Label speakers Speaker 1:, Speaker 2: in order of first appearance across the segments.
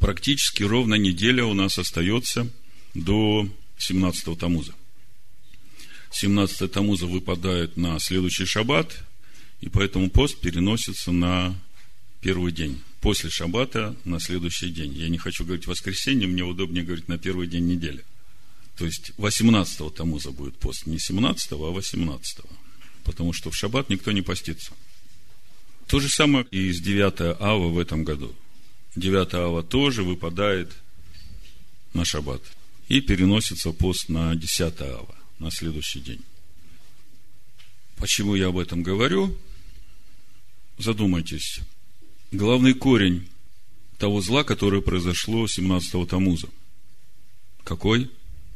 Speaker 1: Практически ровно неделя у нас остается до 17-го Тамуза. 17-й Тамуза выпадает на следующий шаббат, и поэтому пост переносится на первый день. После шаббата на следующий день. Я не хочу говорить воскресенье, мне удобнее говорить на первый день недели. То есть 18-го Тамуза будет пост. Не 17-го, а 18-го. Потому что в шаббат никто не постится. То же самое и с 9 ава в этом году. 9 ава тоже выпадает на шаббат. И переносится пост на 10 ава, на следующий день. Почему я об этом говорю? Задумайтесь. Главный корень того зла, которое произошло 17-го Тамуза. Какой?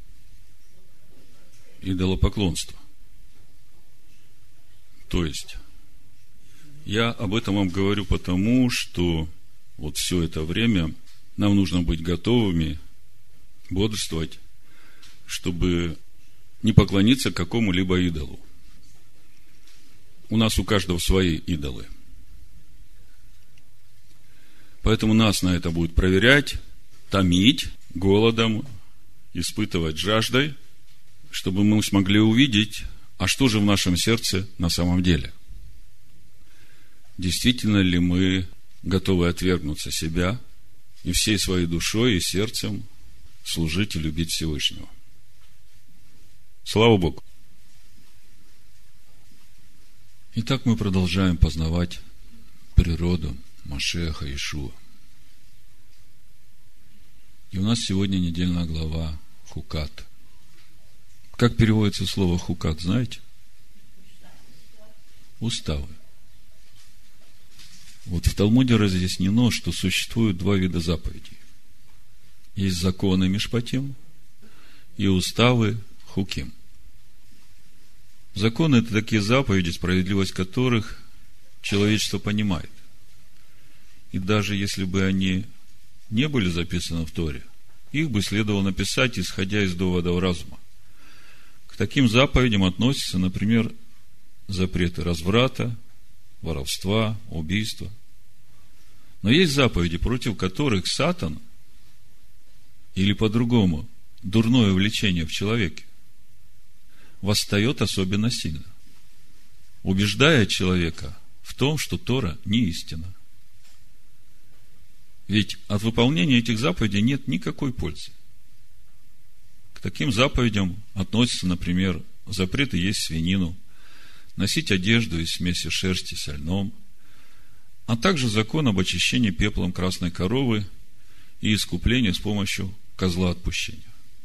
Speaker 1: Идолопоклонство. То есть, я об этом вам говорю потому, что вот все это время нам нужно быть готовыми бодрствовать, чтобы не поклониться какому-либо идолу. У нас у каждого свои идолы. Поэтому нас на это будет проверять, томить голодом, испытывать жаждой, чтобы мы смогли увидеть, а что же в нашем сердце на самом деле. Действительно ли мы готовы отвергнуться себя и всей своей душой и сердцем служить и любить Всевышнего. Слава Богу! Итак, мы продолжаем познавать природу Машиаха Иешуа. И у нас сегодня недельная глава Хукат. Как переводится слово Хукат, знаете? Уставы. Вот в Талмуде разъяснено, что существует два вида заповедей. Есть законы Мишпатим и уставы Хуким. Законы – это такие заповеди, справедливость которых человечество понимает. И даже если бы они не были записаны в Торе, их бы следовало написать, исходя из доводов разума. К таким заповедям относятся, например, запреты разврата, воровства, убийства. Но есть заповеди, против которых Сатан, или по-другому, дурное влечение в человеке, восстает особенно сильно, убеждая человека в том, что Тора не истина. Ведь от выполнения этих заповедей нет никакой пользы. К таким заповедям относятся, например, запреты есть свинину, носить одежду из смеси шерсти со льном, а также закон об очищении пеплом красной коровы и искуплении с помощью козла отпущения.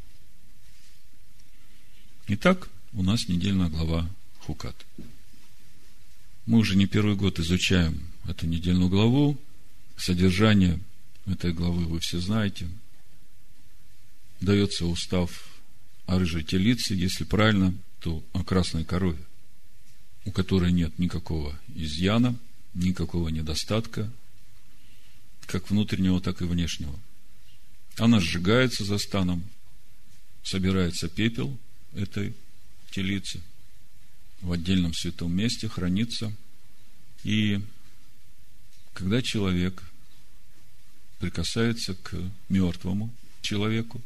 Speaker 1: Итак, у нас недельная глава Хукат. Мы уже не первый год изучаем эту недельную главу. Содержание этой главы вы все знаете. Дается устав о рыжей телице, если правильно, то о красной корове, у которой нет никакого изъяна, никакого недостатка, как внутреннего, так и внешнего. Она сжигается за станом, собирается пепел этой телицы, в отдельном святом месте хранится. И когда человек прикасается к мертвому человеку,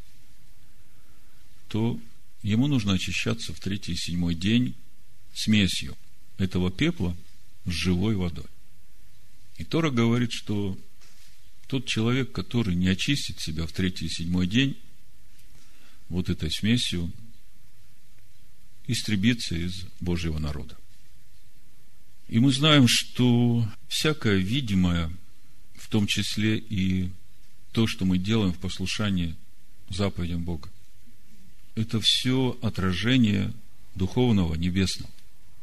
Speaker 1: то ему нужно очищаться в 3-й и 7-й день смесью этого пепла с живой водой. И Тора говорит, что тот человек, который не очистит себя в 3-й и 7-й день вот этой смесью, истребится из Божьего народа. И мы знаем, что всякое видимое, в том числе и то, что мы делаем в послушании заповедям Бога, это все отражение духовного, небесного.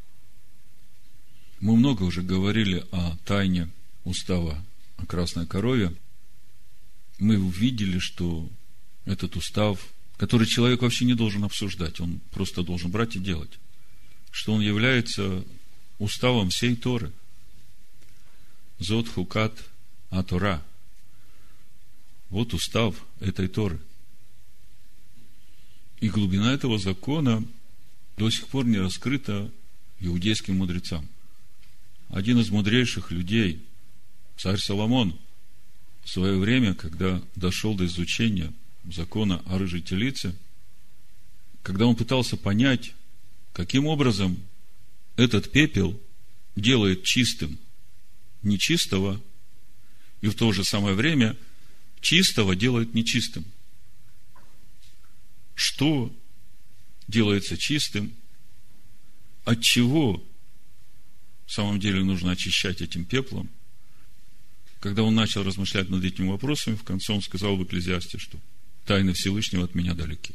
Speaker 1: Мы много уже говорили о тайне устава о красной корове. Мы увидели, что этот устав, который человек вообще не должен обсуждать, он просто должен брать и делать, что он является уставом всей Торы. Зот Хукат а-Тора. Вот устав этой Торы. И глубина этого закона до сих пор не раскрыта иудейским мудрецам. Один из мудрейших людей, царь Соломон, свое время, когда дошел до изучения закона о рыжей телице, когда он пытался понять, каким образом этот пепел делает чистым нечистого, и в то же самое время чистого делает нечистым. Что делается чистым? От чего в самом деле нужно очищать этим пеплом? Когда он начал размышлять над этими вопросами, в конце он сказал в Экклезиасте, что тайны Всевышнего от меня далеки.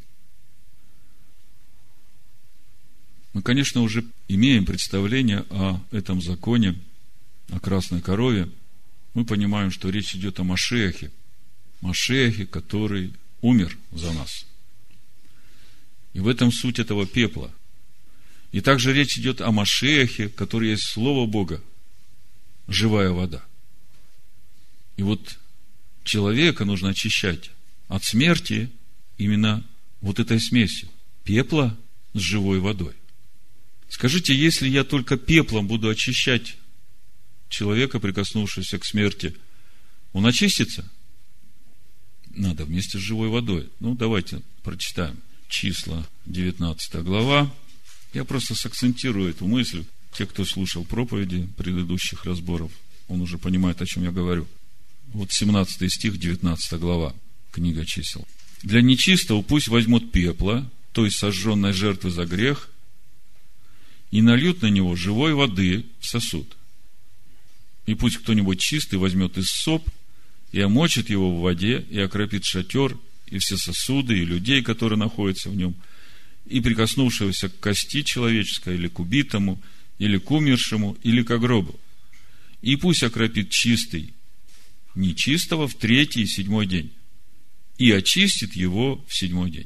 Speaker 1: Мы, конечно, уже имеем представление о этом законе, о красной корове. Мы понимаем, что речь идет о Машиахе, который умер за нас. И в этом суть этого пепла. И также речь идет о Машиахе, который есть Слово Бога, живая вода. И вот человека нужно очищать от смерти именно вот этой смесью пепла с живой водой. Скажите, если я только пеплом буду очищать человека, прикоснувшегося к смерти, он очистится? Надо вместе с живой водой. Давайте прочитаем. Числа, 19 глава. Я просто сакцентирую эту мысль. Те, кто слушал проповеди предыдущих разборов, он уже понимает, о чем я говорю. 17 стих, 19 глава, книга чисел. Для нечистого пусть возьмут пепла, то есть сожженной жертвы за грех, и нальют на него живой воды в сосуд. И пусть кто-нибудь чистый возьмет иссоп и омочит его в воде, и окропит шатер, и все сосуды, и людей, которые находятся в нем, и прикоснувшегося к кости человеческой, или к убитому, или к умершему, или к гробу. И пусть окропит чистый нечистого в 3-й и 7-й день, и очистит его в 7-й день.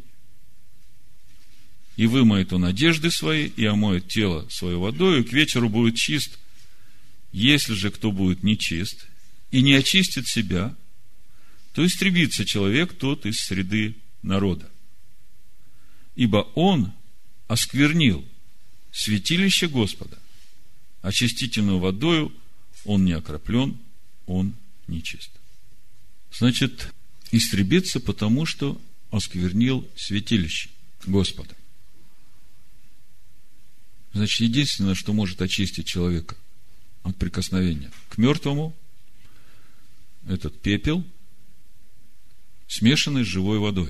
Speaker 1: И вымоет он одежды свои, и омоет тело свое водой, и к вечеру будет чист. Если же кто будет нечист и не очистит себя, то истребится человек тот из среды народа. Ибо он осквернил святилище Господа, очистительную водою он не окроплен, он нечист. Значит, истребится, потому что осквернил святилище Господа. Значит, единственное, что может очистить человека от прикосновения к мертвому, этот пепел, смешанный с живой водой.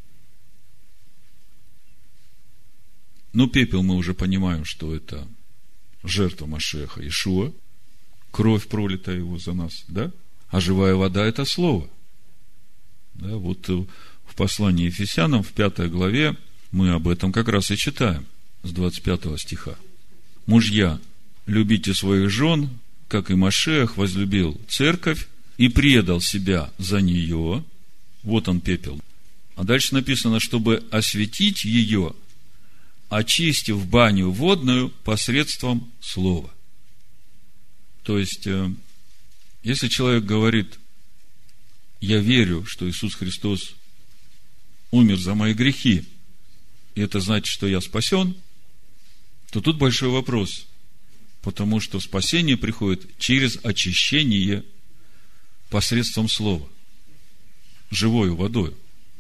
Speaker 1: Пепел мы уже понимаем, что это жертва Машиаха Иешуа, кровь, пролитая его за нас, да? А живая вода – это Слово. Да, в послании Ефесянам, в 5 главе, мы об этом как раз и читаем, с 25 стиха. Мужья, любите своих жен, как и Машиах возлюбил церковь и предал себя за нее. Вот он, пепел. А дальше написано, чтобы осветить ее, очистив баню водную посредством слова. То есть, если человек говорит, я верю, что Иисус Христос умер за мои грехи, и это значит, что я спасен, то тут большой вопрос, потому что спасение приходит через очищение посредством слова, живою водой.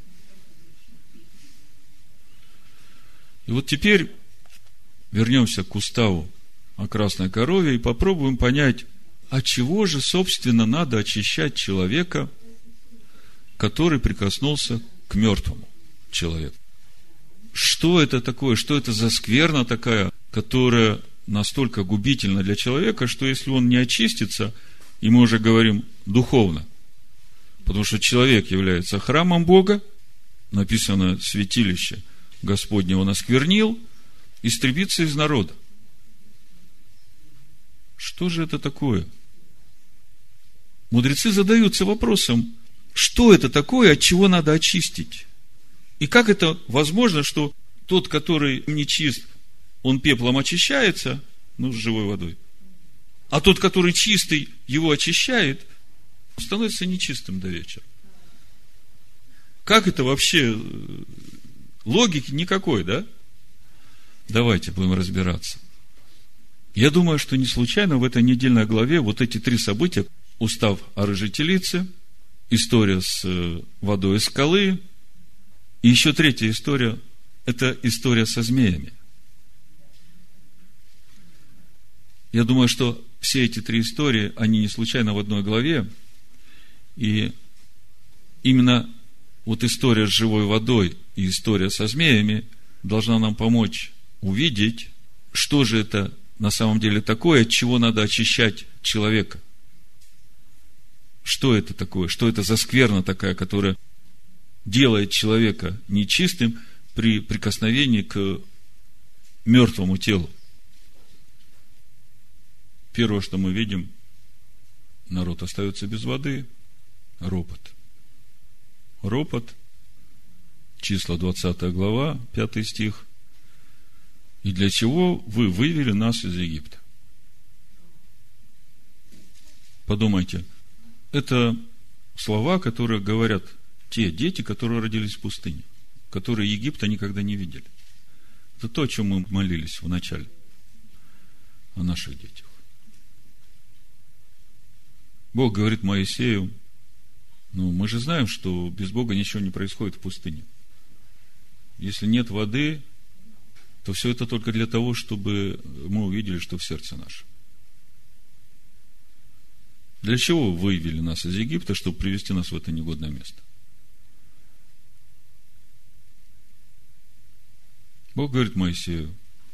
Speaker 1: И вот теперь вернемся к уставу о красной корове и попробуем понять, от чего же, собственно, надо очищать человека, который прикоснулся к мертвому человеку. Что это такое? Что это за скверна такая, которая настолько губительна для человека, что если он не очистится, и мы уже говорим духовно, потому что человек является храмом Бога, написано святилище Господне он осквернил, истребится из народа. Что же это такое? Мудрецы задаются вопросом, что это такое, от чего надо очистить? И как это возможно, что тот, который нечист, он пеплом очищается, с живой водой, а тот, который чистый, его очищает, становится нечистым до вечера? Как это вообще? Логики никакой, да? Давайте будем разбираться. Я думаю, что не случайно в этой недельной главе вот эти 3 события: устав о рыжей телице, история с водой из скалы. И еще третья история – это история со змеями. Я думаю, что все эти три истории, они не случайно в одной главе. И именно вот история с живой водой и история со змеями должна нам помочь увидеть, что же это на самом деле такое, от чего надо очищать человека. Что это такое? Что это за скверна такая, которая делает человека нечистым при прикосновении к мертвому телу? Первое, что мы видим, народ остается без воды. Ропот. Ропот. Числа 20 глава, 5 стих. И для чего вы вывели нас из Египта? Подумайте, это слова, которые говорят те дети, которые родились в пустыне, которые Египта никогда не видели. Это то, о чем мы молились в начале, о наших детях. Бог говорит Моисею: мы же знаем, что без Бога ничего не происходит в пустыне. Если нет воды, то все это только для того, чтобы мы увидели, что в сердце нашем. Для чего вы вывели нас из Египта, чтобы привести нас в это негодное место? Бог говорит Моисею: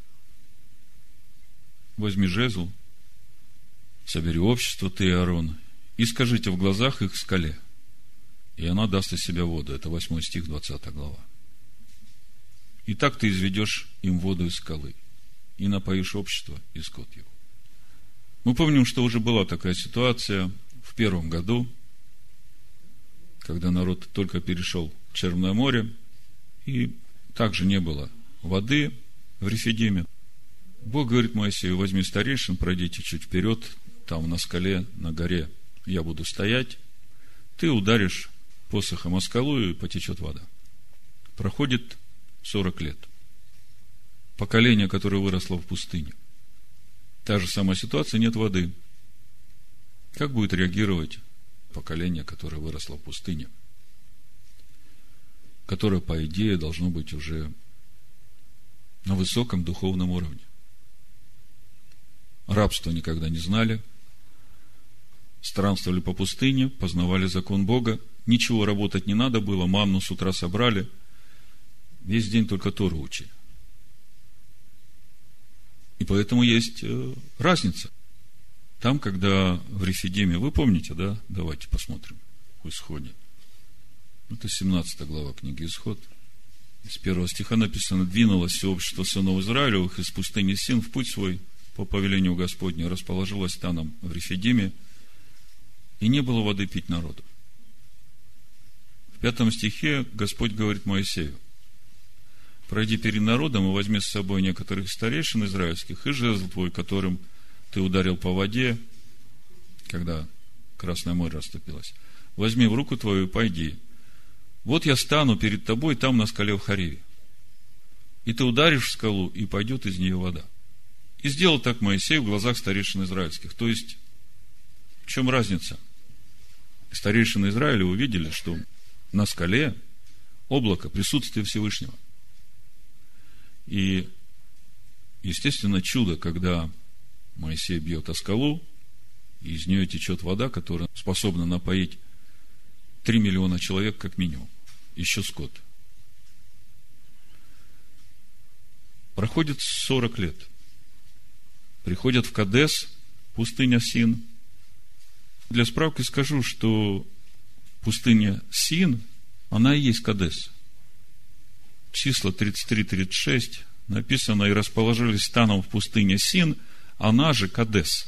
Speaker 1: возьми жезл, собери общество, ты и Аарон, и скажите в глазах их скале, и она даст из себя воду. Это 8 стих, 20 глава. И так ты изведешь им воду из скалы, и напоишь общество и скот его. Мы помним, что уже была такая ситуация в первом году, когда народ только перешел Черное море, и также не было воды в Рефидиме. Бог говорит Моисею: возьми старейшин, пройдите чуть вперед, там на скале, на горе я буду стоять, ты ударишь посохом о скалу, и потечет вода. Проходит 40 лет. Поколение, которое выросло в пустыне. Та же самая ситуация, нет воды. Как будет реагировать поколение, которое выросло в пустыне? Которое, по идее, должно быть уже на высоком духовном уровне. Рабства никогда не знали. Странствовали по пустыне, познавали закон Бога. Ничего работать не надо было, манну с утра собрали. Весь день только Тору учили. И поэтому есть разница. Там, когда в Рефидиме, вы помните, да? Давайте посмотрим в Исходе. Это 17 глава книги Исход. С 1 стиха написано: «Двинулось все общество сынов Израилевых из пустыни Син в путь свой по повелению Господню, расположилось станом в Рефидиме, и не было воды пить народу». В 5 стихе Господь говорит Моисею: «Пройди перед народом и возьми с собой некоторых старейшин израильских и жезл твой, которым ты ударил по воде, когда Красное море расступилось. Возьми в руку твою и пойди. Вот я стану перед тобой там на скале в Хориве. И ты ударишь в скалу, и пойдет из нее вода». И сделал так Моисей в глазах старейшин израильских. То есть, в чем разница? Старейшины Израиля увидели, что на скале облако, присутствие Всевышнего. И, естественно, чудо, когда Моисей бьет о скалу, и из нее течет вода, которая способна напоить 3 миллиона человек как минимум, еще скот. Проходит 40 лет. Приходят в Кадес, пустыня Син. Для справки скажу, что пустыня Син, она и есть Кадес. Числа 33-36 написано: «И расположились станом в пустыне Син, она же Кадес».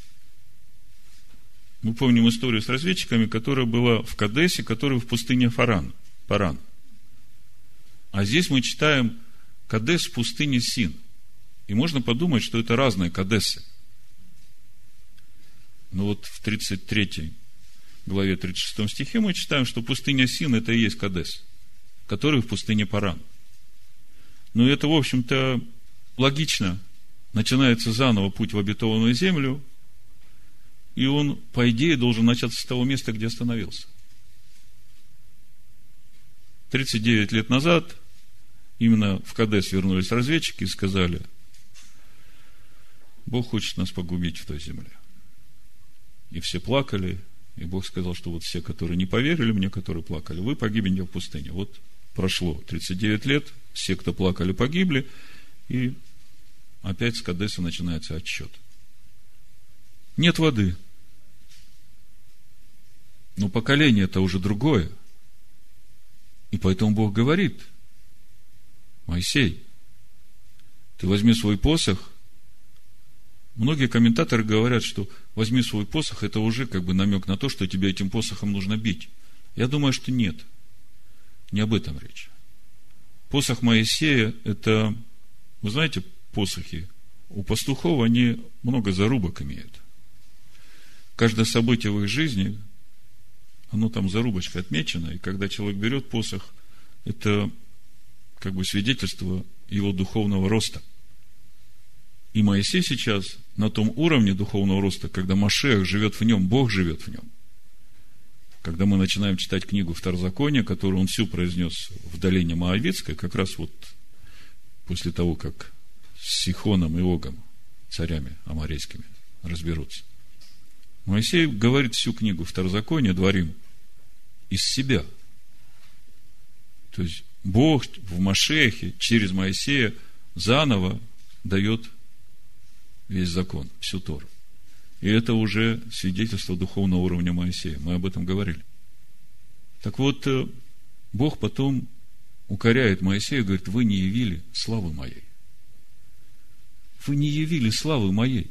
Speaker 1: Мы помним историю с разведчиками, которая была в Кадесе, которая в пустыне Паран. А здесь мы читаем Кадес в пустыне Син. И можно подумать, что это разные Кадесы. Но вот в 33 главе 36 стихе мы читаем, что пустыня Син — это и есть Кадес, который в пустыне Паран. Но это, в общем-то, логично. Начинается заново путь в обетованную землю, и он, по идее, должен начаться с того места, где остановился. 39 лет назад именно в Кадес вернулись разведчики и сказали: Бог хочет нас погубить в той земле. И все плакали, и Бог сказал, что вот все, которые не поверили мне, которые плакали, вы погибнете в пустыне. Вот прошло 39 лет, все, кто плакали, погибли, и опять с Кадеса начинается отсчет. Нет воды. Но поколение-то уже другое. И поэтому Бог говорит: Моисей, ты возьми свой посох. Многие комментаторы говорят, что возьми свой посох, это уже как бы намек на то, что тебе этим посохом нужно бить. Я думаю, что нет. Не об этом речь. Посох Моисея, это, вы знаете, посохи у пастухов, они много зарубок имеют. Каждое событие в их жизни, оно там зарубочкой отмечено, и когда человек берет посох, это как бы свидетельство его духовного роста. И Моисей сейчас на том уровне духовного роста, когда Машиах живет в нем, Бог живет в нем. Когда мы начинаем читать книгу Второзакония, которую он всю произнес в долине Моавитской, как раз вот после того, как с Сихоном и Огом, царями аморейскими, разберутся. Моисей говорит всю книгу Второзакония, Дворим, из себя. То есть Бог в Машиахе через Моисея заново дает весь закон, всю Тору. И это уже свидетельство духовного уровня Моисея. Мы об этом говорили. Так вот, Бог потом укоряет Моисея и говорит: вы не явили славы моей. Вы не явили славы моей.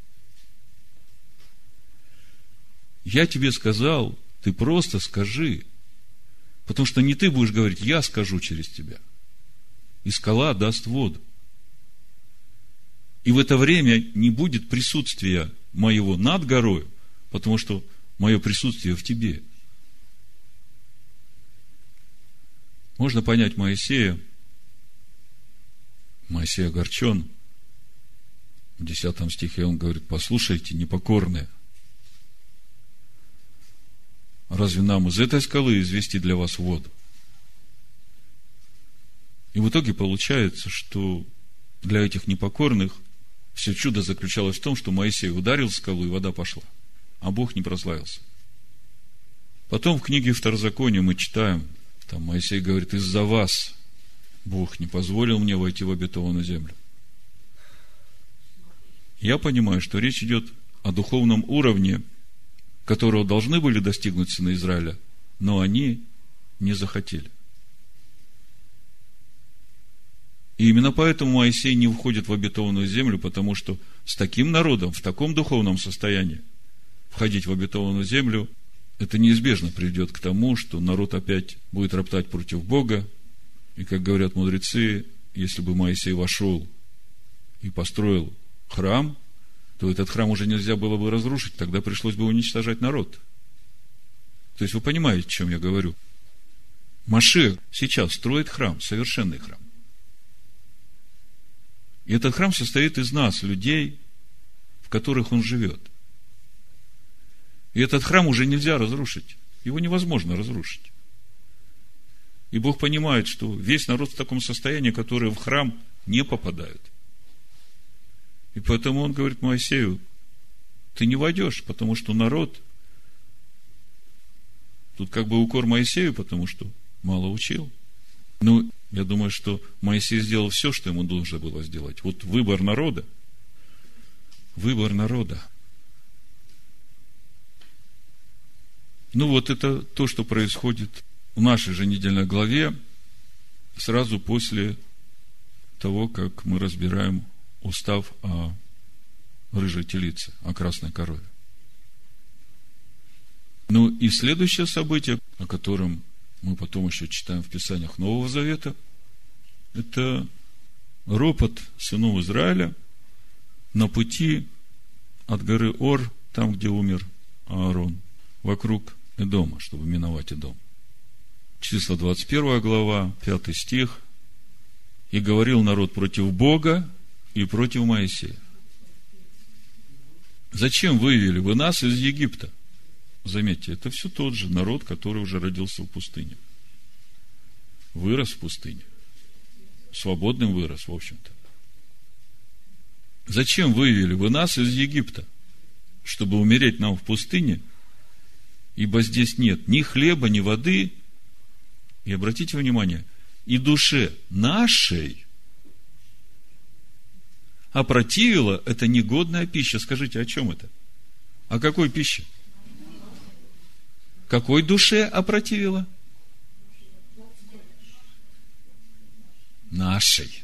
Speaker 1: Я тебе сказал, ты просто скажи. Потому что не ты будешь говорить, я скажу через тебя. И скала даст воду. И в это время не будет присутствия моего над горою, потому что мое присутствие в тебе. Можно понять Моисея. Моисей огорчен. В 10 стихе он говорит: послушайте, непокорные, разве нам из этой скалы извести для вас воду? И в итоге получается, что для этих непокорных все чудо заключалось в том, что Моисей ударил в скалу, и вода пошла, а Бог не прославился. Потом в книге Второзакония мы читаем, там Моисей говорит: из-за вас Бог не позволил мне войти в обетованную землю. Я понимаю, что речь идет о духовном уровне, которого должны были достигнуть сыны Израиля, но они не захотели. И именно поэтому Моисей не входит в обетованную землю, потому что с таким народом, в таком духовном состоянии, входить в обетованную землю, это неизбежно приведет к тому, что народ опять будет роптать против Бога. И, как говорят мудрецы, если бы Моисей вошел и построил храм, то этот храм уже нельзя было бы разрушить, тогда пришлось бы уничтожать народ. То есть вы понимаете, о чем я говорю? Машиах сейчас строит храм, совершенный храм. И этот храм состоит из нас, людей, в которых он живет. И этот храм уже нельзя разрушить. Его невозможно разрушить. И Бог понимает, что весь народ в таком состоянии, который в храм не попадает. И поэтому он говорит Моисею: ты не войдешь, потому что народ... Тут как бы укор Моисею, потому что мало учил. Ну, я думаю, что Моисей сделал все, что ему нужно было сделать. Вот выбор народа. Выбор народа. Ну, вот это то, что происходит в нашей же недельной главе, сразу после того, как мы разбираем устав о рыжей телице, о красной корове. Ну, и следующее событие, о котором мы потом еще читаем в Писаниях Нового Завета, это ропот сынов Израиля на пути от горы Ор, там, где умер Аарон, вокруг Эдома, чтобы миновать Эдом. Числа 21 глава, 5 стих. И говорил народ против Бога и против Моисея: зачем вывели вы нас из Египта? Заметьте, это все тот же народ, который уже родился в пустыне. вырос в пустыне. Свободным вырос, в общем-то. Зачем вывели вы нас из Египта? Чтобы умереть нам в пустыне, ибо здесь нет ни хлеба, ни воды. И обратите внимание, и душе нашей опротивила это негодная пища. Скажите, о чем это? О какой пище? Какой душе опротивила? Нашей.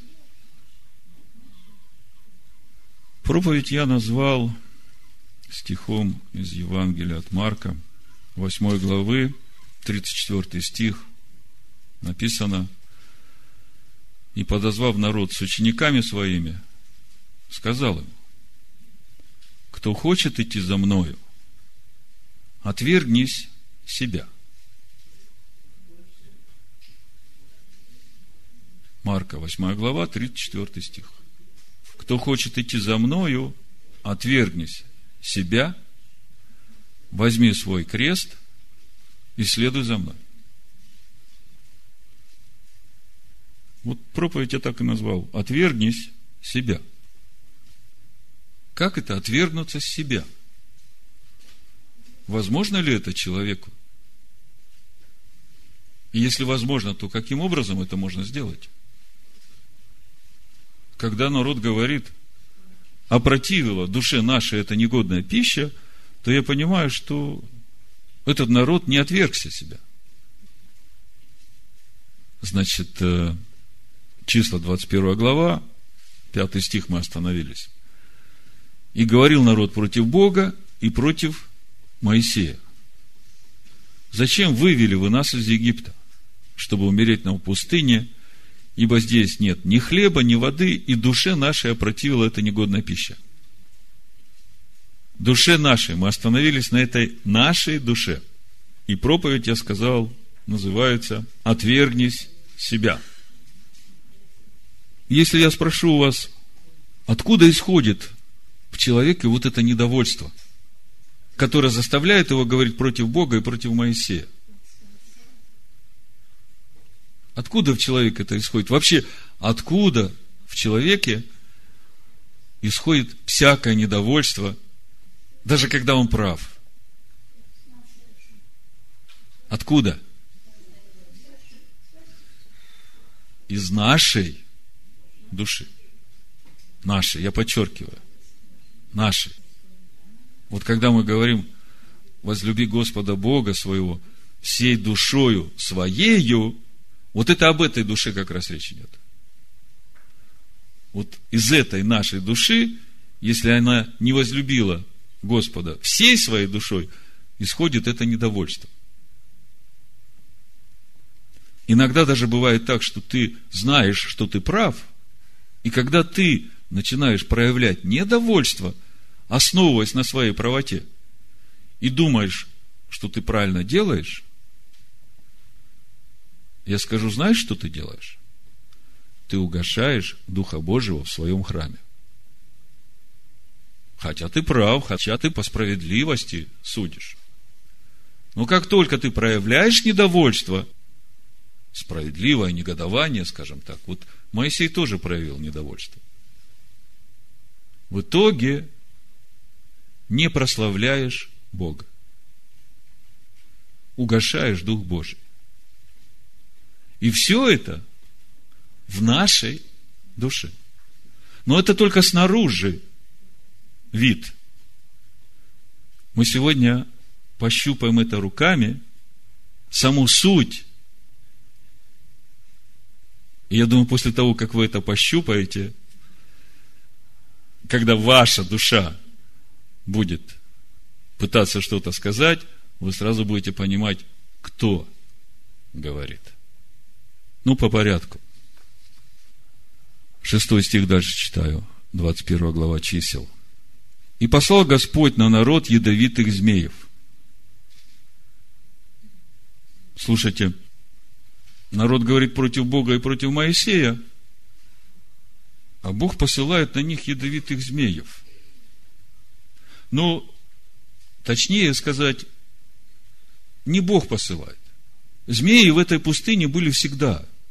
Speaker 1: Проповедь я назвал стихом из Евангелия от Марка, 8 главы, 34 стих. Написано: «И, подозвав народ с учениками своими, сказал им: кто хочет идти за мною, отвергнись себя». Марка, 8 глава, 34 стих. Кто хочет идти за мною, отвергнись себя, возьми свой крест и следуй за мной. Вот проповедь я так и назвал: отвергнись себя. Как это отвергнуться себя? Возможно ли это человеку? И если возможно, то каким образом это можно сделать? Когда народ говорит: опротивила душе нашей эта негодная пища, то я понимаю, что этот народ не отвергся себя. Значит, числа 21 глава, 5 стих мы остановились. «И говорил народ против Бога и против Моисея: зачем вывели вы нас из Египта, чтобы умереть нам в пустыне, ибо здесь нет ни хлеба, ни воды, и душе нашей опротивила эта негодная пища». Душе нашей. Мы остановились на этой нашей душе. И проповедь, я сказал, называется «Отвергнись себя». Если я спрошу у вас, откуда исходит в человеке вот это недовольство, которое заставляет его говорить против Бога и против Моисея? Откуда в человеке это исходит? Вообще, откуда в человеке исходит всякое недовольство, даже когда он прав? Откуда? Из нашей души. Нашей, я подчеркиваю. Нашей. Вот когда мы говорим: возлюби Господа Бога своего всей душою своею, вот это об этой душе как раз речь идет. Вот из этой нашей души, если она не возлюбила Господа всей своей душой, исходит это недовольство. Иногда даже бывает так, что ты знаешь, что ты прав, и когда ты начинаешь проявлять недовольство, основываясь на своей правоте, и думаешь, что ты правильно делаешь, я скажу: знаешь, что ты делаешь? Ты угошаешь Духа Божьего в своем храме. Хотя ты прав, хотя ты по справедливости судишь. Но как только ты проявляешь недовольство, справедливое негодование, скажем так, вот Моисей тоже проявил недовольство, в итоге не прославляешь Бога, угошаешь Дух Божий. И все это в нашей душе. Но это только снаружи вид. Мы сегодня пощупаем это руками, саму суть. И я думаю, после того, как вы это пощупаете, когда ваша душа будет пытаться что-то сказать, вы сразу будете понимать, кто говорит. Ну, по порядку. 6 стих дальше читаю, 21 глава чисел. «И послал Господь на народ ядовитых змеев». Слушайте, народ говорит против Бога и против Моисея, а Бог посылает на них ядовитых змеев. Ну, точнее сказать, не Бог посылает. Змеи в этой пустыне были всегда.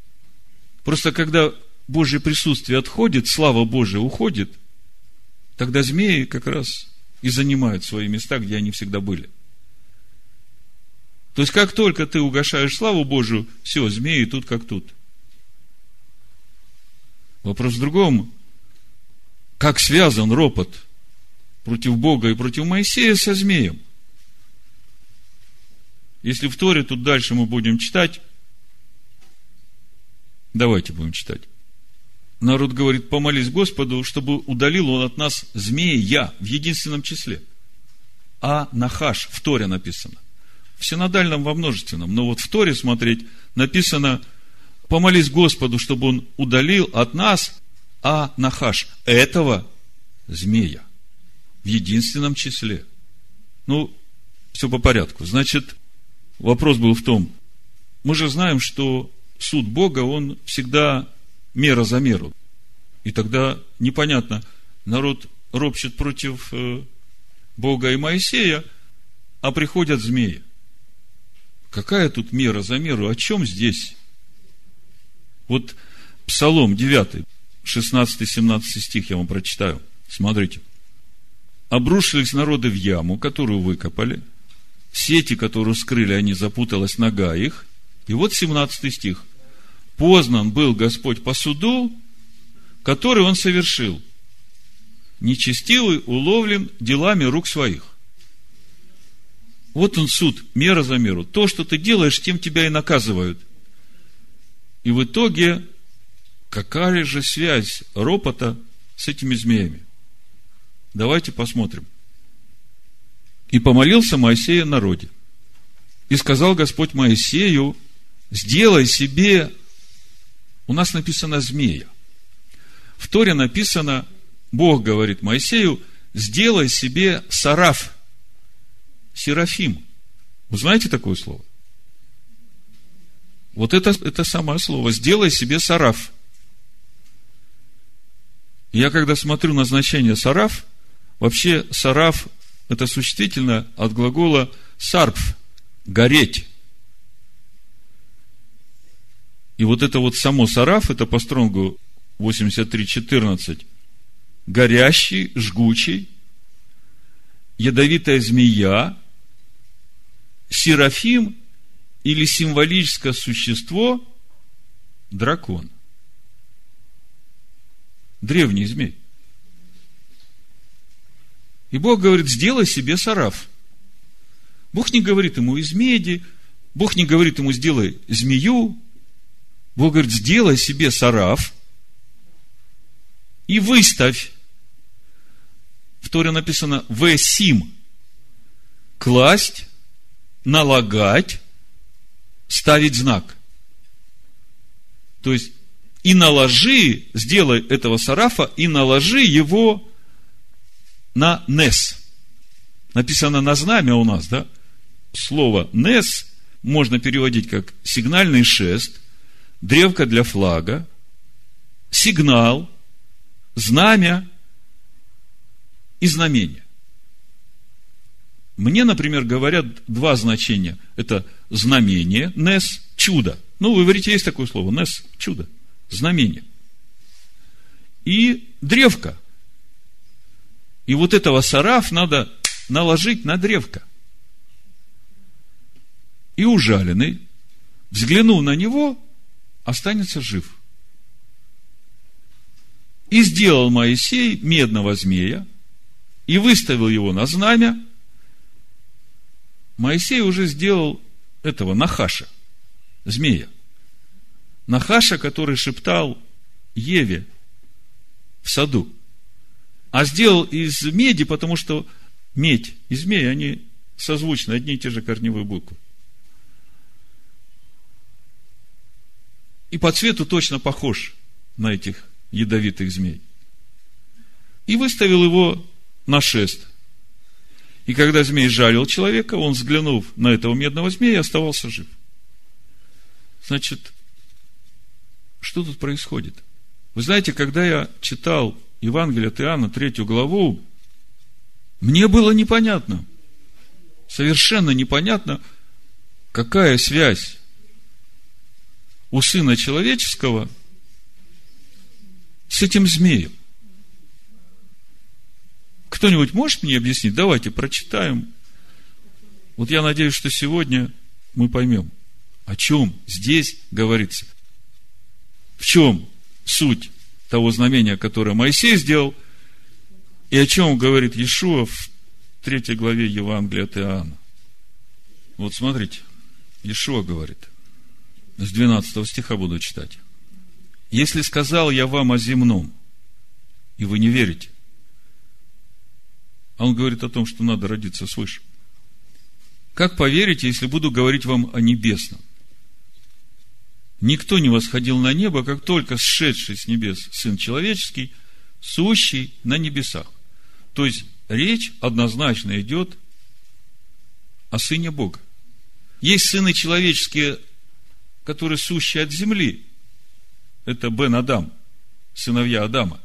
Speaker 1: Просто когда Божье присутствие отходит, слава Божия уходит, тогда змеи как раз и занимают свои места, где они всегда были. То есть, как только ты угошаешь славу Божию, все, змеи тут как тут. Вопрос в другом. Как связан ропот против Бога и против Моисея со змеем? Если в Торе, тут дальше мы будем читать. Давайте будем читать. Народ говорит: помолись Господу, чтобы удалил он от нас змея в единственном числе. А нахаш в Торе написано. В синодальном во множественном. Но вот в Торе смотреть написано: помолись Господу, чтобы он удалил от нас а нахаш, этого змея в единственном числе. Все по порядку. Значит, вопрос был в том, мы же знаем, что суд Бога, он всегда мера за меру. И тогда непонятно, народ ропщет против Бога и Моисея, а приходят змеи. Какая тут мера за меру? О чем здесь? Вот Псалом 9, 16-17 стих я вам прочитаю. Смотрите. Обрушились народы в яму, которую выкопали. В сети, которую скрыли они, запуталась нога их. И вот 17 стих. Познан был Господь по суду, который Он совершил. Нечестивый уловлен делами рук своих. Вот он суд, мера за меру. То, что ты делаешь, тем тебя и наказывают. И в итоге, какая же связь ропота с этими змеями? Давайте посмотрим. И помолился Моисей о народе. И сказал Господь Моисею: сделай себе, у нас написано змея. В Торе написано, Бог говорит Моисею: сделай себе сараф, серафим. Вы знаете такое слово? Вот это самое слово. Сделай себе сараф. Я когда смотрю на значение сараф, вообще сараф это существительное от глагола сарпф, гореть. И вот это вот само сараф, это по стронгу 83:14, горящий, жгучий, ядовитая змея, серафим или символическое существо дракон. Древний змей. И Бог говорит: сделай себе сараф. Бог не говорит ему из меди, Бог не говорит ему: сделай змею. Бог говорит: сделай себе сараф и выставь. В Торе написано «весим» – класть, налагать, ставить знак. То есть, и наложи, сделай этого сарафа, и наложи его на нес. Написано на знамя у нас, да? Слово нес можно переводить как сигнальный шест, древко для флага, сигнал, знамя и знамение. Мне, например, говорят два значения. Это знамение, нес, чудо. В иврите есть такое слово, нес, чудо, знамение. И древко. И вот этого сараф надо наложить на древко. И ужаленный, взглянув на него, останется жив. И сделал Моисей медного змея, и выставил его на знамя. Моисей уже сделал этого нахаша, змея. Нахаша, который шептал Еве в саду. А сделал из меди, потому что медь и змеи, они созвучны, одни и те же корневые буквы. И по цвету точно похож на этих ядовитых змей. И выставил его на шест. И когда змей жалил человека, он, взглянув на этого медного змея, оставался жив. Значит, что тут происходит? Вы знаете, когда я читал Евангелие от Иоанна, 3 главу, мне было непонятно, совершенно непонятно, какая связь у Сына Человеческого с этим змеем? Кто-нибудь может мне объяснить? Давайте прочитаем. Вот я надеюсь, что сегодня мы поймем, о чем здесь говорится. В чем суть того знамения, которое Моисей сделал, и о чем говорит Иешуа в 3 главе Евангелия от Иоанна. Вот смотрите, Иешуа говорит, с 12 стиха буду читать. «Если сказал я вам о земном, и вы не верите». А он говорит о том, что надо родиться свыше. «Как поверите, если буду говорить вам о небесном? Никто не восходил на небо, как только сшедший с небес Сын Человеческий, сущий на небесах». То есть, речь однозначно идет о Сыне Бога. Есть сыны человеческие, которые сущие от земли. Это Бен Адам, сыновья Адама.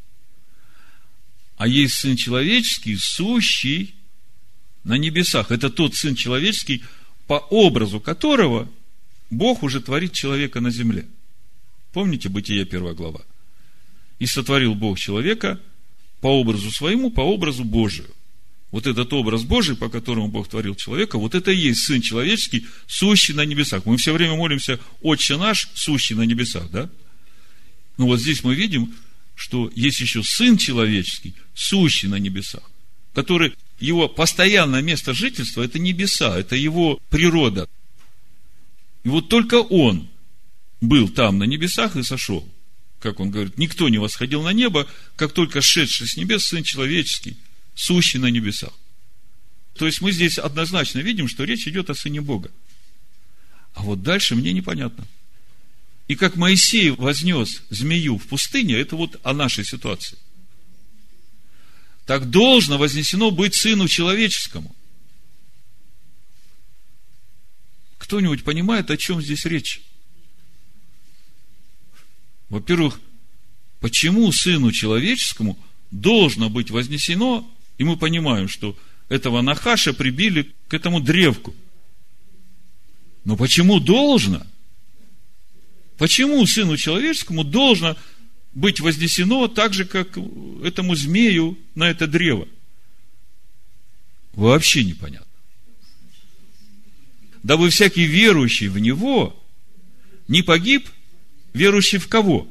Speaker 1: А есть Сын Человеческий, сущий на небесах. Это тот Сын Человеческий, по образу которого Бог уже творит человека на земле. Помните Бытие 1 глава? «И сотворил Бог человека по образу своему, по образу Божию». Вот этот образ Божий, по которому Бог творил человека, вот это и есть Сын Человеческий, сущий на небесах. Мы все время молимся: «Отче наш, сущий на небесах», да? Но вот здесь мы видим, что есть еще Сын Человеческий, сущий на небесах, который, его постоянное место жительства – это небеса, это его природа. И вот только он был там на небесах и сошел. Как он говорит, никто не восходил на небо, как только сшедший с небес Сын Человеческий, сущий на небесах. То есть мы здесь однозначно видим, что речь идет о Сыне Бога. А вот дальше мне непонятно. И как Моисей вознес змею в пустыне, это вот о нашей ситуации. Так должно вознесено быть Сыну Человеческому. Кто-нибудь понимает, о чем здесь речь? Во-первых, почему Сыну Человеческому должно быть вознесено, и мы понимаем, что этого Нахаша прибили к этому древку. Но почему должно? Почему Сыну Человеческому должно быть вознесено так же, как этому змею на это древо? Вообще непонятно. Дабы всякий верующий в Него не погиб, верующий в кого?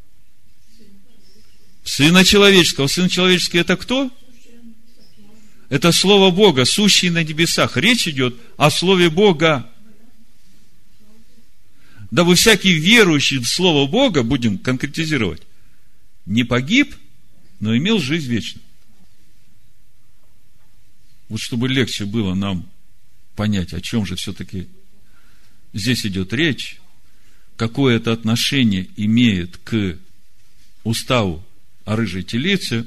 Speaker 1: Сына Человеческого. Сын Человеческий – это кто? Это Слово Бога, сущий на небесах. Речь идет о Слове Бога. Дабы всякий верующий в Слово Бога, будем конкретизировать, не погиб, но имел жизнь вечную. Вот чтобы легче было нам понять, о чем же все-таки здесь идет речь, какое это отношение имеет к уставу о рыжей телице,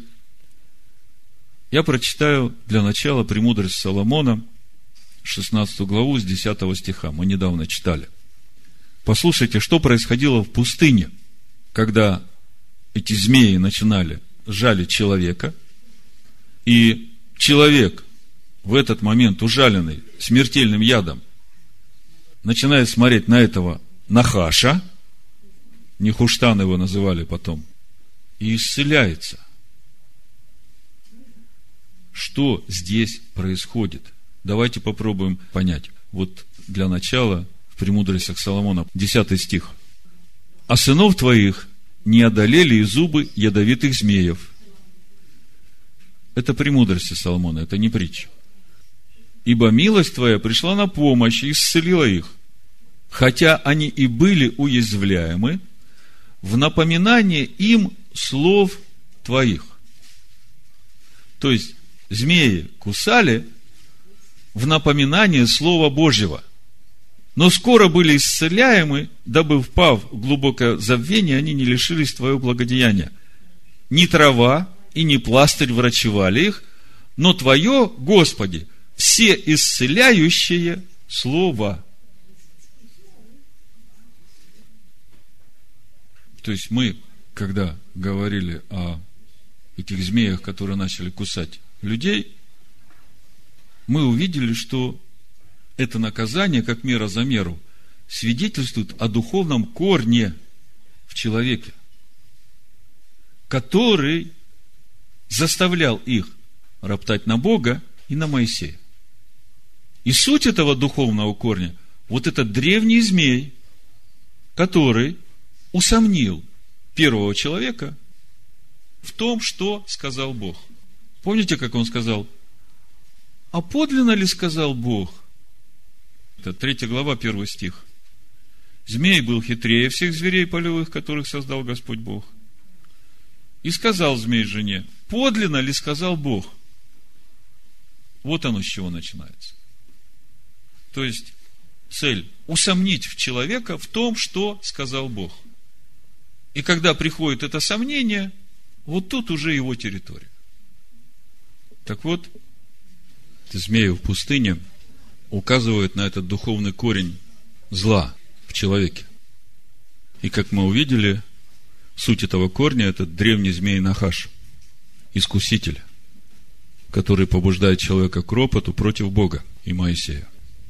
Speaker 1: я прочитаю для начала «Премудрость Соломона», 16 главу с 10 стиха. Мы недавно читали. Послушайте, что происходило в пустыне, когда эти змеи начинали жалить человека, и человек в этот момент, ужаленный смертельным ядом, начинает смотреть на этого Нахаша, Нехуштан его называли потом, и исцеляется. Что здесь происходит? Давайте попробуем понять. Вот для начала в «Премудростях Соломона» 10 стих. «А сынов твоих не одолели и зубы ядовитых змеев». Это «Премудрости Соломона», это не притча. «Ибо милость твоя пришла на помощь и исцелила их, хотя они и были уязвляемы, в напоминание им слов твоих». То есть, змеи кусали в напоминание Слова Божьего, но скоро были исцеляемы, дабы, впав в глубокое забвение, они не лишились твоего благодеяния. Ни трава и ни пластырь врачевали их, но твое, Господи, все исцеляющее Слово. То есть мы, когда говорили о этих змеях, которые начали кусать людей, мы увидели, что это наказание, как мера за меру, свидетельствует о духовном корне в человеке.
Speaker 2: который заставлял их роптать на Бога и на Моисея. И суть этого духовного корня – вот этот древний змей, который усомнил первого человека в том, что сказал Бог. Помните, как он сказал? А подлинно ли сказал Бог? Это 3 глава, 1 стих. Змей был хитрее всех зверей полевых, которых создал Господь Бог. И сказал змей жене: подлинно ли сказал Бог? Вот оно с чего начинается. То есть, цель – усомнить в человека в том, что сказал Бог. И когда приходит это сомнение, вот тут уже его территория. Так вот, змею в пустыне указывает на этот духовный корень зла в человеке. И как мы увидели, суть этого корня – это древний змей Нахаш, искуситель, который побуждает человека к ропоту против Бога и Моисея.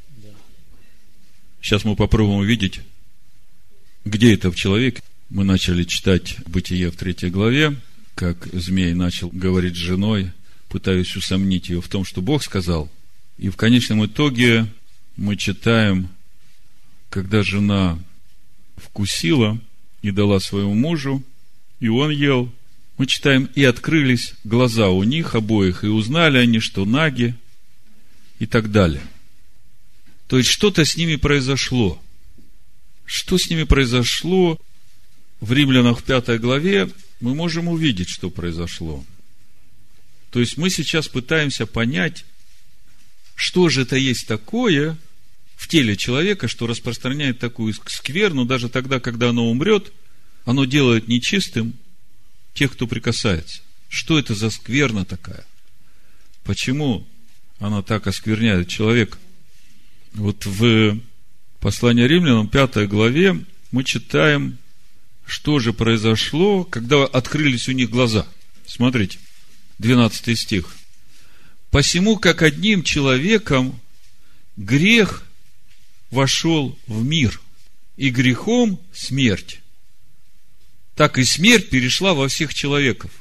Speaker 2: Сейчас мы попробуем увидеть, где это в человеке. Мы начали читать Бытие в 3 главе, как змей начал говорить с женой, пытаясь усомнить ее в том, что Бог сказал. И в конечном итоге мы читаем, когда жена вкусила и дала своему мужу, и он ел. Мы читаем: и открылись глаза у них обоих, и узнали они, что наги, и так далее. То есть, что-то с ними произошло. Что с ними произошло? В Римлянах в 5 главе мы можем увидеть, что произошло. То есть, мы сейчас пытаемся понять, что же это есть такое в теле человека, что распространяет такую скверну, даже тогда, когда оно умрет, оно делает нечистым тех, кто прикасается. Что это за скверна такая? Почему она так оскверняет человека? Вот в послании Римлянам, 5 главе, мы читаем, что же произошло, когда открылись у них глаза. Смотрите, 12 стих. «Посему, как одним человеком грех вошел в мир, и грехом смерть, так и смерть перешла во всех человеков».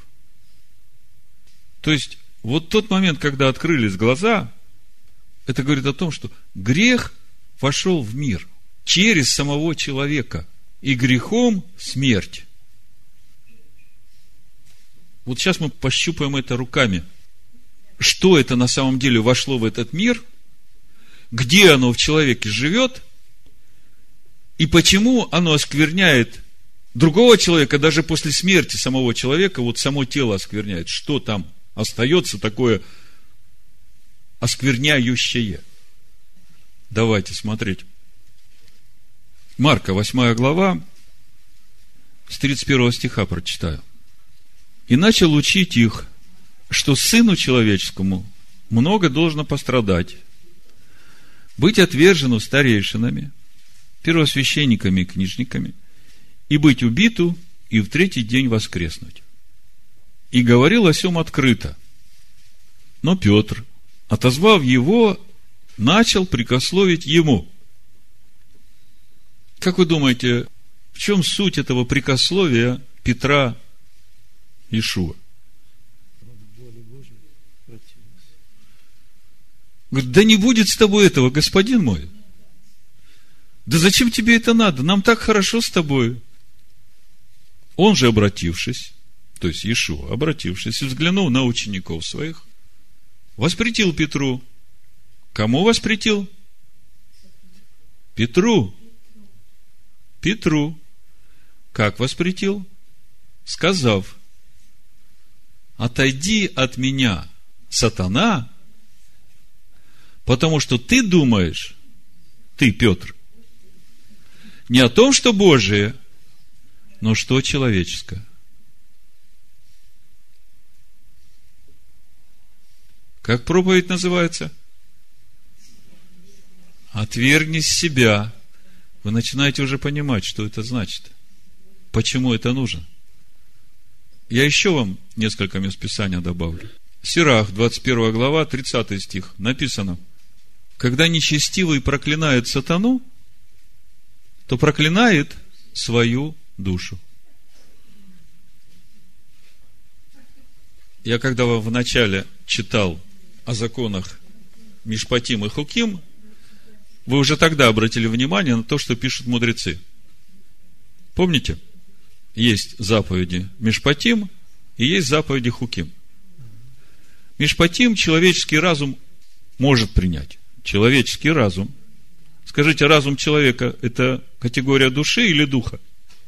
Speaker 2: То есть, вот тот момент, когда открылись глаза, это говорит о том, что грех вошел в мир через самого человека, и грехом смерть. Вот сейчас мы пощупаем это руками. Что это на самом деле вошло в этот мир, где оно в человеке живет, и почему оно оскверняет другого человека даже после смерти самого человека, вот само тело оскверняет. Что там остается такое оскверняющее? Давайте смотреть. Марка, 8 глава, с 31 стиха прочитаю. «И начал учить их, что сыну человеческому много должно пострадать, быть отвержену старейшинами, первосвященниками и книжниками, и быть убиту, и в 3-й день воскреснуть. И говорил о сем открыто. Но Петр, отозвав его, начал прикословить ему». Как вы думаете, в чем суть этого прикословия Петра Иешуа? Говорит: да не будет с тобой этого, господин мой. Да зачем тебе это надо? Нам так хорошо с тобой. Он же, обратившись, то есть Иешуа, обратившись и взглянув на учеников своих, воспретил Петру. Кому воспретил? Петру. Петру. Как воспретил? Сказав: отойди от меня, сатана, потому что ты думаешь, ты, Петр, не о том, что Божие, но что человеческое. Как проповедь называется? Отвергни себя. Вы начинаете уже понимать, что это значит. Почему это нужно? Я еще вам несколько мест Писания добавлю. Сирах, 21 глава, 30 стих. Написано: когда нечестивый проклинает сатану, то проклинает свою душу. Я когда вам вначале читал о законах Мишпатим и Хуким, вы уже тогда обратили внимание на то, что пишут мудрецы. Помните? Есть заповеди Мишпатим и есть заповеди Хуким. Мишпатим человеческий разум может принять. Человеческий разум. Скажите, разум человека – это категория души или духа?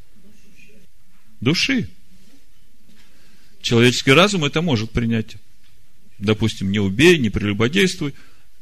Speaker 2: Души. Человеческий разум это может принять. Допустим, не убей, не прелюбодействуй.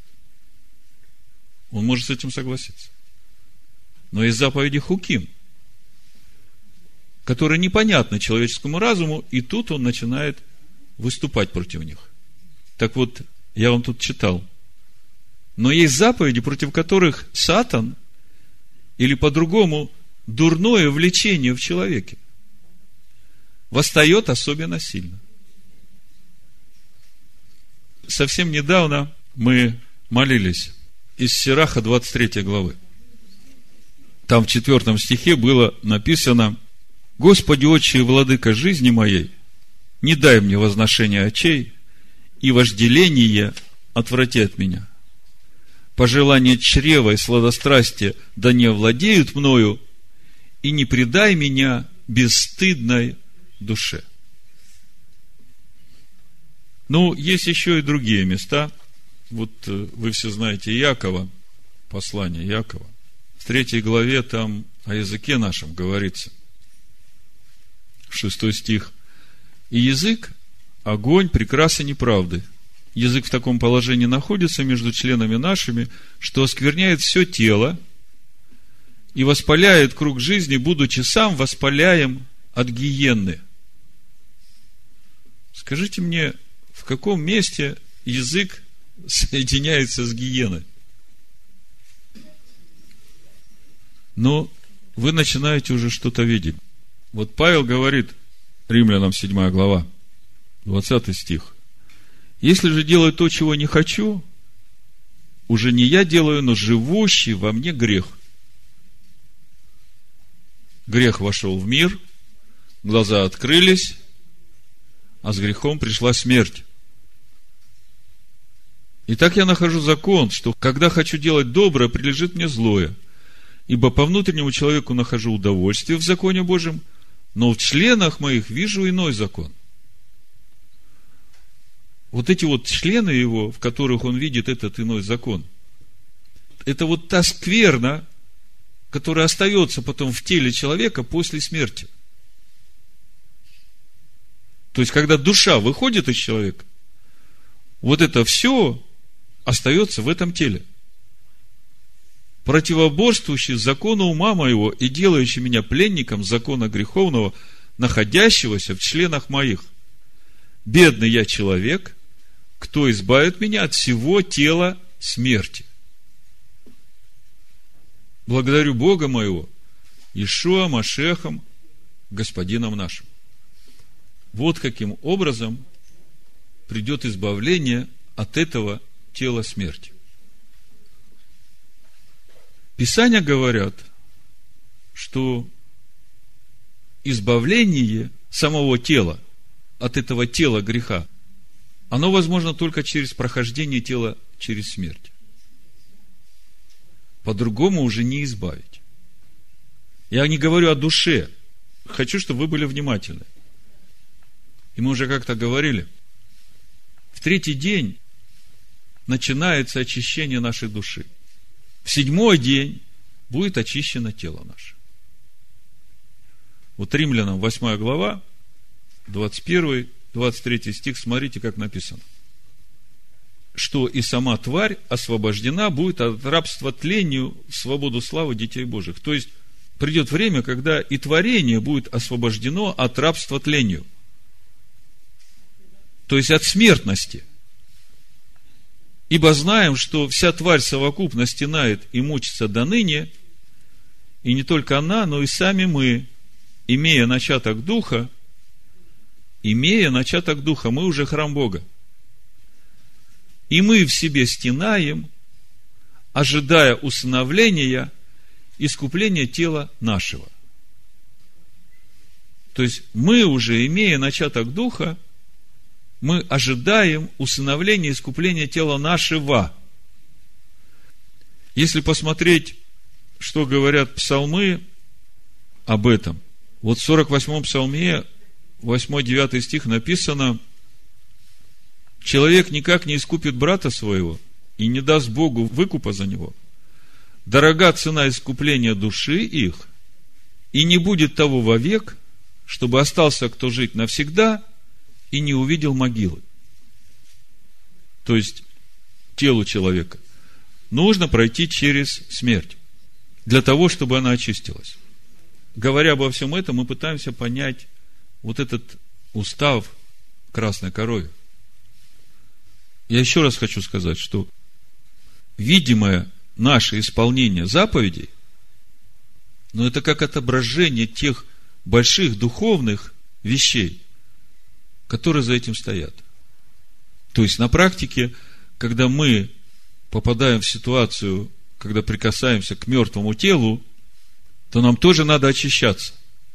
Speaker 2: Он может с этим согласиться. Но есть заповеди Хуким, которые непонятны человеческому разуму, и тут он начинает выступать против них. Так вот, я вам тут читал. Но есть заповеди, против которых Сатан, или по-другому, дурное влечение в человеке восстает особенно сильно. Совсем недавно мы молились из Сираха 23 главы. Там в 4 стихе было написано: «Господи, Отче и Владыка жизни моей, не дай мне возношения очей, и вожделение отврати от меня. Пожелание чрева и сладострастия да не овладеют мною, и не предай меня бесстыдной душе». Ну, есть еще и другие места. Вот вы все знаете Иакова, послание Иакова. В 3 главе там о языке нашем говорится. 6 стих. «И язык – огонь прекрасы неправды. Язык в таком положении находится между членами нашими, что оскверняет все тело и воспаляет круг жизни, будучи сам воспаляем от гиенны». Скажите мне, в каком месте язык соединяется с гиеной? Но вы начинаете уже что-то видеть. Вот Павел говорит, Римлянам 7 глава, 20 стих: «Если же делаю то, чего не хочу, уже не я делаю, но живущий во мне грех». Грех вошел в мир, глаза открылись, а с грехом пришла смерть. Итак, я нахожу закон, что когда хочу делать доброе, прилежит мне злое. Ибо по внутреннему человеку нахожу удовольствие в законе Божьем, но в членах моих вижу иной закон. Вот эти вот члены его, в которых он видит этот иной закон, это вот та скверна, которая остается потом в теле человека после смерти. То есть, когда душа выходит из человека, вот это все остается в этом теле. Противоборствующий закону ума моего и делающий меня пленником закона греховного, находящегося в членах моих. Бедный я человек, кто избавит меня от всего тела смерти? Благодарю Бога моего, Иешуа Машехом, Господином нашим. Вот каким образом придет избавление от этого тела смерти. Писания говорят, что избавление самого тела от этого тела греха, оно возможно только через прохождение тела через смерть. По-другому уже не избавить. Я не говорю о душе. Хочу, чтобы вы были внимательны. И мы уже как-то говорили, в 3-й день начинается очищение нашей души. В 7-й день будет очищено тело наше. Вот Римлянам 8 глава, 21-23 стих, смотрите, как написано. Что и сама тварь освобождена будет от рабства тлению в свободу славы детей Божьих. То есть, придет время, когда и творение будет освобождено от рабства тлению. То есть, от смертности. Ибо знаем, что вся тварь совокупно стенает и мучится до ныне, и не только она, но и сами мы, имея начаток Духа, мы уже храм Бога. И мы в себе стенаем, ожидая усыновления, искупления тела нашего. То есть, мы уже, имея начаток Духа, мы ожидаем усыновления, искупления тела нашего. Если посмотреть, что говорят псалмы об этом, вот в 48-м псалме, 8-9 стих написано: человек никак не искупит брата своего и не даст Богу выкупа за него. Дорога цена искупления души их, и не будет того вовек, чтобы остался кто жить навсегда и не увидел могилы. То есть, телу человека нужно пройти через смерть, для того, чтобы она очистилась. Говоря обо всем этом, мы пытаемся понять вот этот устав красной корове. Я еще раз хочу сказать, что видимое наше исполнение заповедей, но это как отображение тех больших духовных вещей, которые за этим стоят. То есть, на практике, когда мы попадаем в ситуацию, когда прикасаемся к мертвому телу, то нам тоже надо очищаться.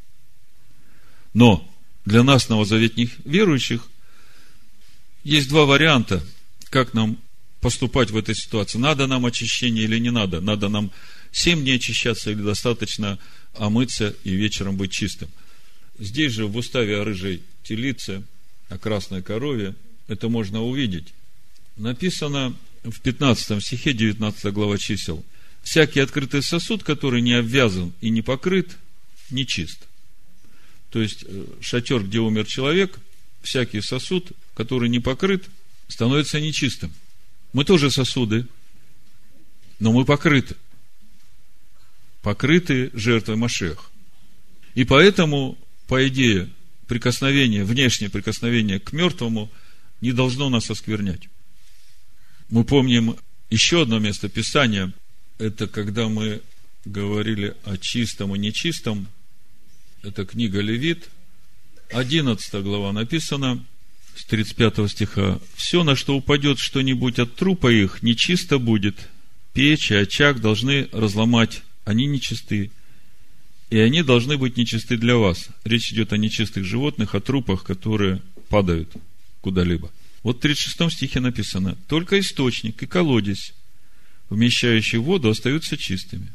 Speaker 2: Но для нас, новозаветных верующих, есть два варианта, как нам поступать в этой ситуации. Надо нам очищение или не надо? Надо нам 7 дней очищаться или достаточно омыться и вечером быть чистым? Здесь же в уставе о рыжей телице, о красной корове, это можно увидеть. Написано в 15 стихе, 19 глава чисел: всякий открытый сосуд, который не обвязан и не покрыт, нечист. То есть, шатер, где умер человек, всякий сосуд, который не покрыт, становится нечистым. Мы тоже сосуды, но мы покрыты. Покрыты жертвой Машиах. И поэтому, по идее, прикосновение, внешнее прикосновение к мертвому не должно нас осквернять. Мы помним еще одно место Писания. Это когда мы говорили о чистом и нечистом. Это книга Левит, 11 глава, написано с 35 стиха: все, на что упадет что-нибудь от трупа их, нечисто будет. Печь и очаг должны разломать, они нечисты, и они должны быть нечисты для вас. Речь идет о нечистых животных, о трупах, которые падают куда-либо. Вот в 36 стихе написано: только источник и колодец, вмещающий воду, остаются чистыми.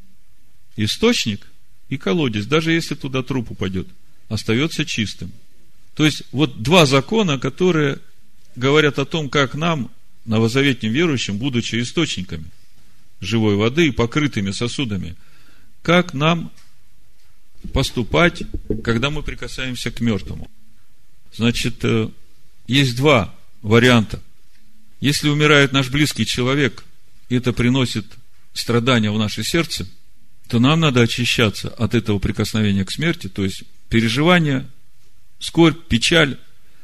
Speaker 2: Источник и колодец, даже если туда труп упадет, остается чистым. То есть, вот два закона, которые говорят о том, как нам, новозаветным верующим, будучи источниками живой воды и покрытыми сосудами, как нам поступать, когда мы прикасаемся к мертвому. Значит, есть два варианта. Если умирает наш близкий человек, и это приносит страдания в наше сердце, то нам надо очищаться от этого прикосновения к смерти, то есть переживания, скорбь, печаль.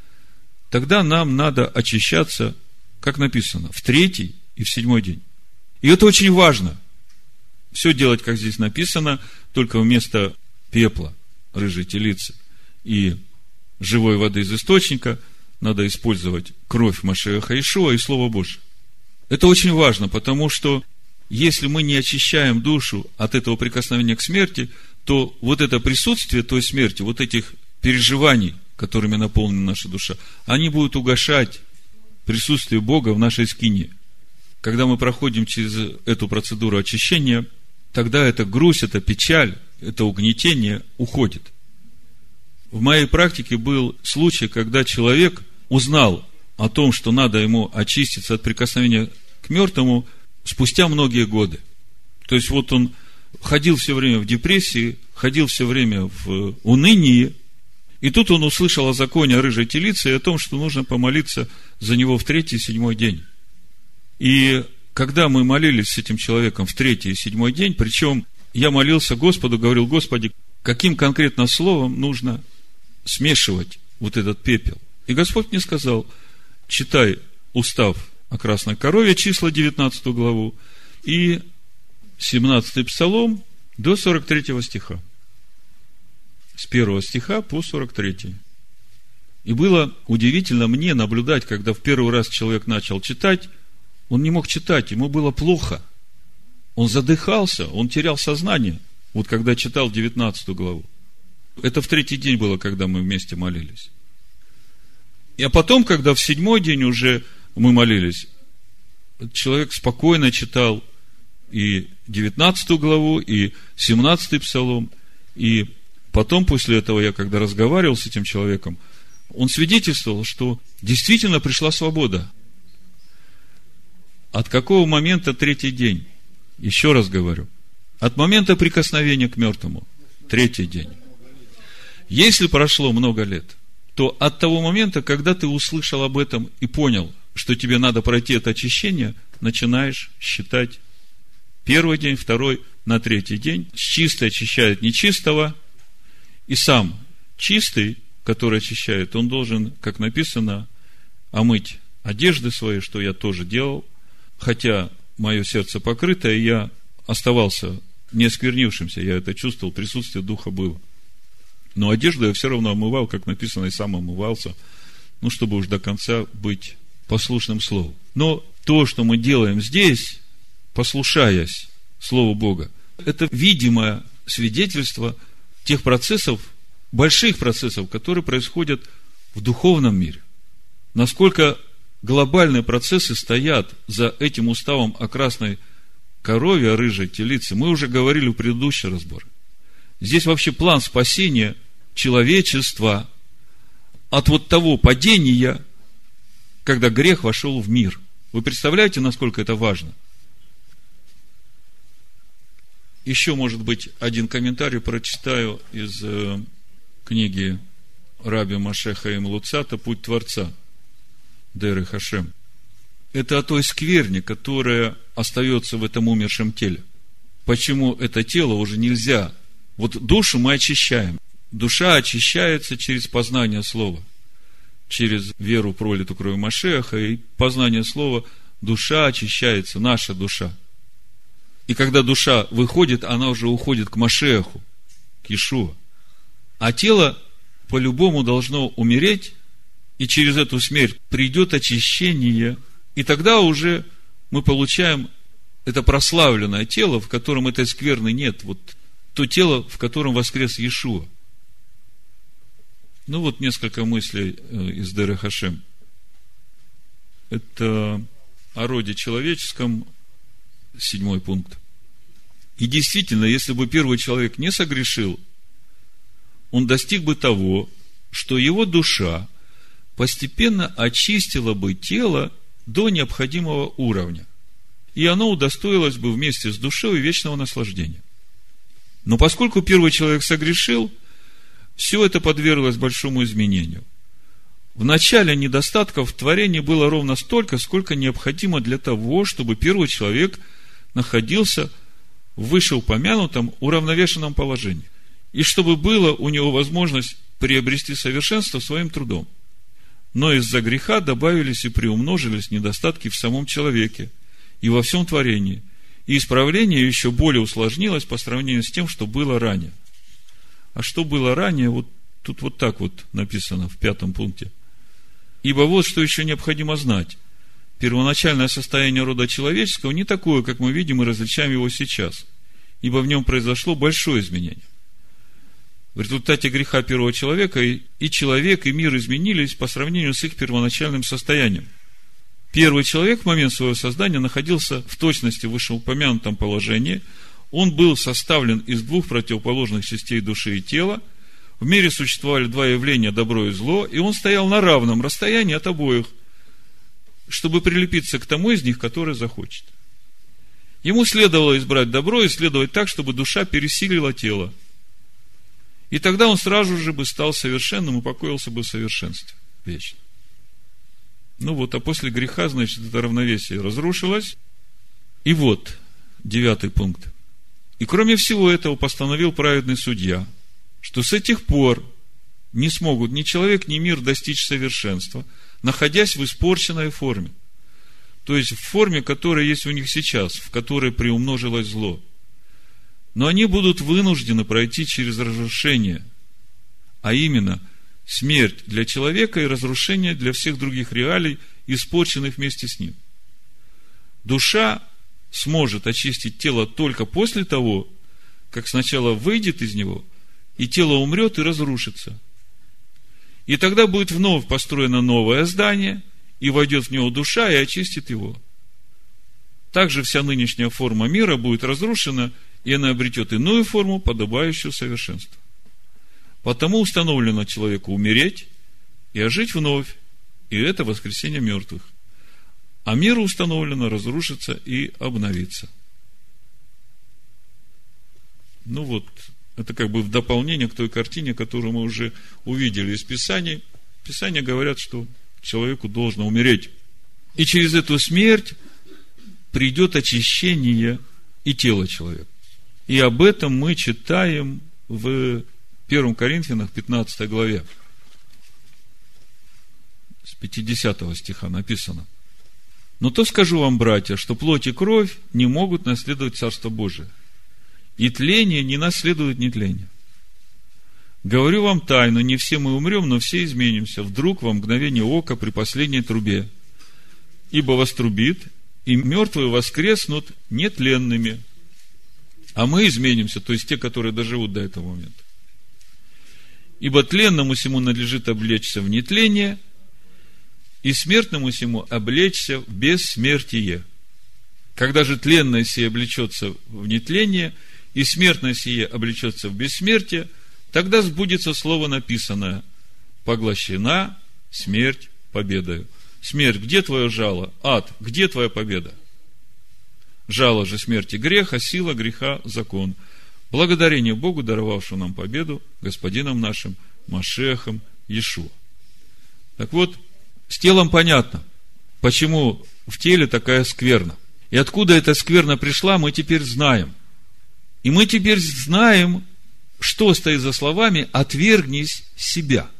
Speaker 2: Тогда нам надо очищаться, как написано, в 3-й и в 7-й день. И это очень важно. Все делать, как здесь написано, только вместо пепла, рыжей телицы и живой воды из источника надо использовать кровь Машиаха Иешуа и Слово Божие. Это очень важно, потому что если мы не очищаем душу от этого прикосновения к смерти, то вот это присутствие той смерти, вот этих переживаний, которыми наполнена наша душа, они будут угашать присутствие Бога в нашей скинии. Когда мы проходим через эту процедуру очищения, тогда эта грусть, эта печаль, это угнетение уходит. В моей практике был случай, когда человек узнал о том, что надо ему очиститься от прикосновения к мертвому спустя многие годы. То есть, вот он ходил все время в депрессии, ходил все время в унынии, и тут он услышал о законе о рыжей телице и о том, что нужно помолиться за него в 3-й и 7-й день. И когда мы молились с этим человеком в 3-й и 7-й день, причем я молился Господу, говорил: Господи, каким конкретно словом нужно смешивать вот этот пепел? И Господь мне сказал: читай устав о красной корове, числа 19 главу, и 17 псалом до 43 стиха. С 1 стиха по 43. И было удивительно мне наблюдать, когда в первый раз человек начал читать, он не мог читать, ему было плохо. Он задыхался, он терял сознание, вот когда читал 19 главу. Это в 3-й день было, когда мы вместе молились. А потом, когда в 7-й день уже мы молились, человек спокойно читал и 19 главу, и 17 псалом, и потом, после этого, я когда разговаривал с этим человеком, он свидетельствовал, что действительно пришла свобода. От какого момента 3-й день? Еще раз говорю. От момента прикосновения к мертвому. 3-й день. Если прошло много лет, то от того момента, когда ты услышал об этом и понял, что тебе надо пройти это очищение, начинаешь считать 1-й день, 2-й, на 3-й день. Чистый очищает нечистого. И сам чистый, который очищает, он должен, как написано, омыть одежды свои, что я тоже делал. Хотя мое сердце покрыто, и я оставался не осквернившимся, я это чувствовал, присутствие Духа было. Но одежду я все равно омывал, как написано, и сам омывался, чтобы уж до конца быть послушным Слову. Но то, что мы делаем здесь, послушаясь Слову Бога, это видимое свидетельство тех процессов, больших процессов, которые происходят в духовном мире. Насколько глобальные процессы стоят за этим уставом о красной корове, о рыжей телице, мы уже говорили в предыдущий разбор. Здесь вообще план спасения человечества от того падения, когда грех вошел в мир. Вы представляете, насколько это важно? Еще, может быть, один комментарий прочитаю из книги Раби Моше Хаим Луцата «Путь Творца» Деры Хашем. Это о той скверне, которая остается в этом умершем теле. Почему это тело уже нельзя? Вот душу мы очищаем. Душа очищается через познание Слова. Через веру, пролитую кровью Машиаха, и познание Слова душа очищается, наша душа. И когда душа выходит, она уже уходит к Машиаху, к Иешуа. А тело по-любому должно умереть, и через эту смерть придет очищение, и тогда уже мы получаем это прославленное тело, в котором этой скверны нет. Вот то тело, в котором воскрес Иешуа. Несколько мыслей из Деры Хашем. Это о роде человеческом, 7-й пункт. И действительно, если бы первый человек не согрешил, он достиг бы того, что его душа постепенно очистила бы тело до необходимого уровня, и оно удостоилось бы вместе с душой вечного наслаждения. Но поскольку первый человек согрешил, все это подверглось большому изменению. В начале недостатков в творении было ровно столько, сколько необходимо для того, чтобы первый человек находился в вышеупомянутом уравновешенном положении, и чтобы была у него возможность приобрести совершенство своим трудом. Но из-за греха добавились и приумножились недостатки в самом человеке и во всем творении, и исправление еще более усложнилось по сравнению с тем, что было ранее. А что было ранее, тут так написано в 5-м пункте. Ибо вот что еще необходимо знать. Первоначальное состояние рода человеческого не такое, как мы видим и различаем его сейчас, ибо в нем произошло большое изменение. В результате греха первого человека и человек, и мир изменились по сравнению с их первоначальным состоянием. Первый человек в момент своего создания находился в точности в вышеупомянутом положении. Он был составлен из 2 противоположных частей души и тела. В мире существовали 2 явления, добро и зло, и он стоял на равном расстоянии от обоих, чтобы прилепиться к тому из них, который захочет. Ему следовало избрать добро и следовать так, чтобы душа пересилила тело. И тогда он сразу же бы стал совершенным и покоился бы в совершенстве вечно. А после греха, это равновесие разрушилось. И 9-й пункт. И кроме всего этого постановил праведный судья, что с этих пор не смогут ни человек, ни мир достичь совершенства, находясь в испорченной форме. То есть в форме, которая есть у них сейчас, в которой приумножилось зло. Но они будут вынуждены пройти через разрушение, а именно смерть для человека и разрушение для всех других реалий, испорченных вместе с ним. Душа сможет очистить тело только после того, как сначала выйдет из него, и тело умрет и разрушится. И тогда будет вновь построено новое здание, и войдет в него душа и очистит его. Также вся нынешняя форма мира будет разрушена, и она обретет иную форму, подобающую совершенству. Потому установлено человеку умереть и ожить вновь, и это воскресение мертвых. А миру установлено разрушиться и обновиться. Ну вот, это как бы в дополнение к той картине, которую мы уже увидели из Писаний. Писания говорят, что человеку должно умереть. И через эту смерть придет очищение и тела человека. И об этом мы читаем в 1 Коринфянах 15 главе. С 50 стиха написано: «Но то скажу вам, братья, что плоть и кровь не могут наследовать Царство Божие, и тление не наследует нетление. Говорю вам тайну, не все мы умрем, но все изменимся, вдруг во мгновение ока при последней трубе. Ибо вострубит, и мертвые воскреснут нетленными, а мы изменимся», то есть те, которые доживут до этого момента. «Ибо тленному сему надлежит облечься в нетление, и смертному сему облечься в бессмертие. Когда же тленное сие облечется в нетление, и смертное сие облечется в бессмертие, тогда сбудется слово написанное: поглощена смерть победою. Смерть, где твое жало? Ад, где твоя победа? Жало же смерти грех, а сила греха закон. Благодарение Богу, даровавшему нам победу, Господином нашим Машиахом Иешуа». Так вот, с телом понятно, почему в теле такая скверна. И откуда эта скверна пришла, мы теперь знаем. И мы теперь знаем, что стоит за словами «отвергнись себя».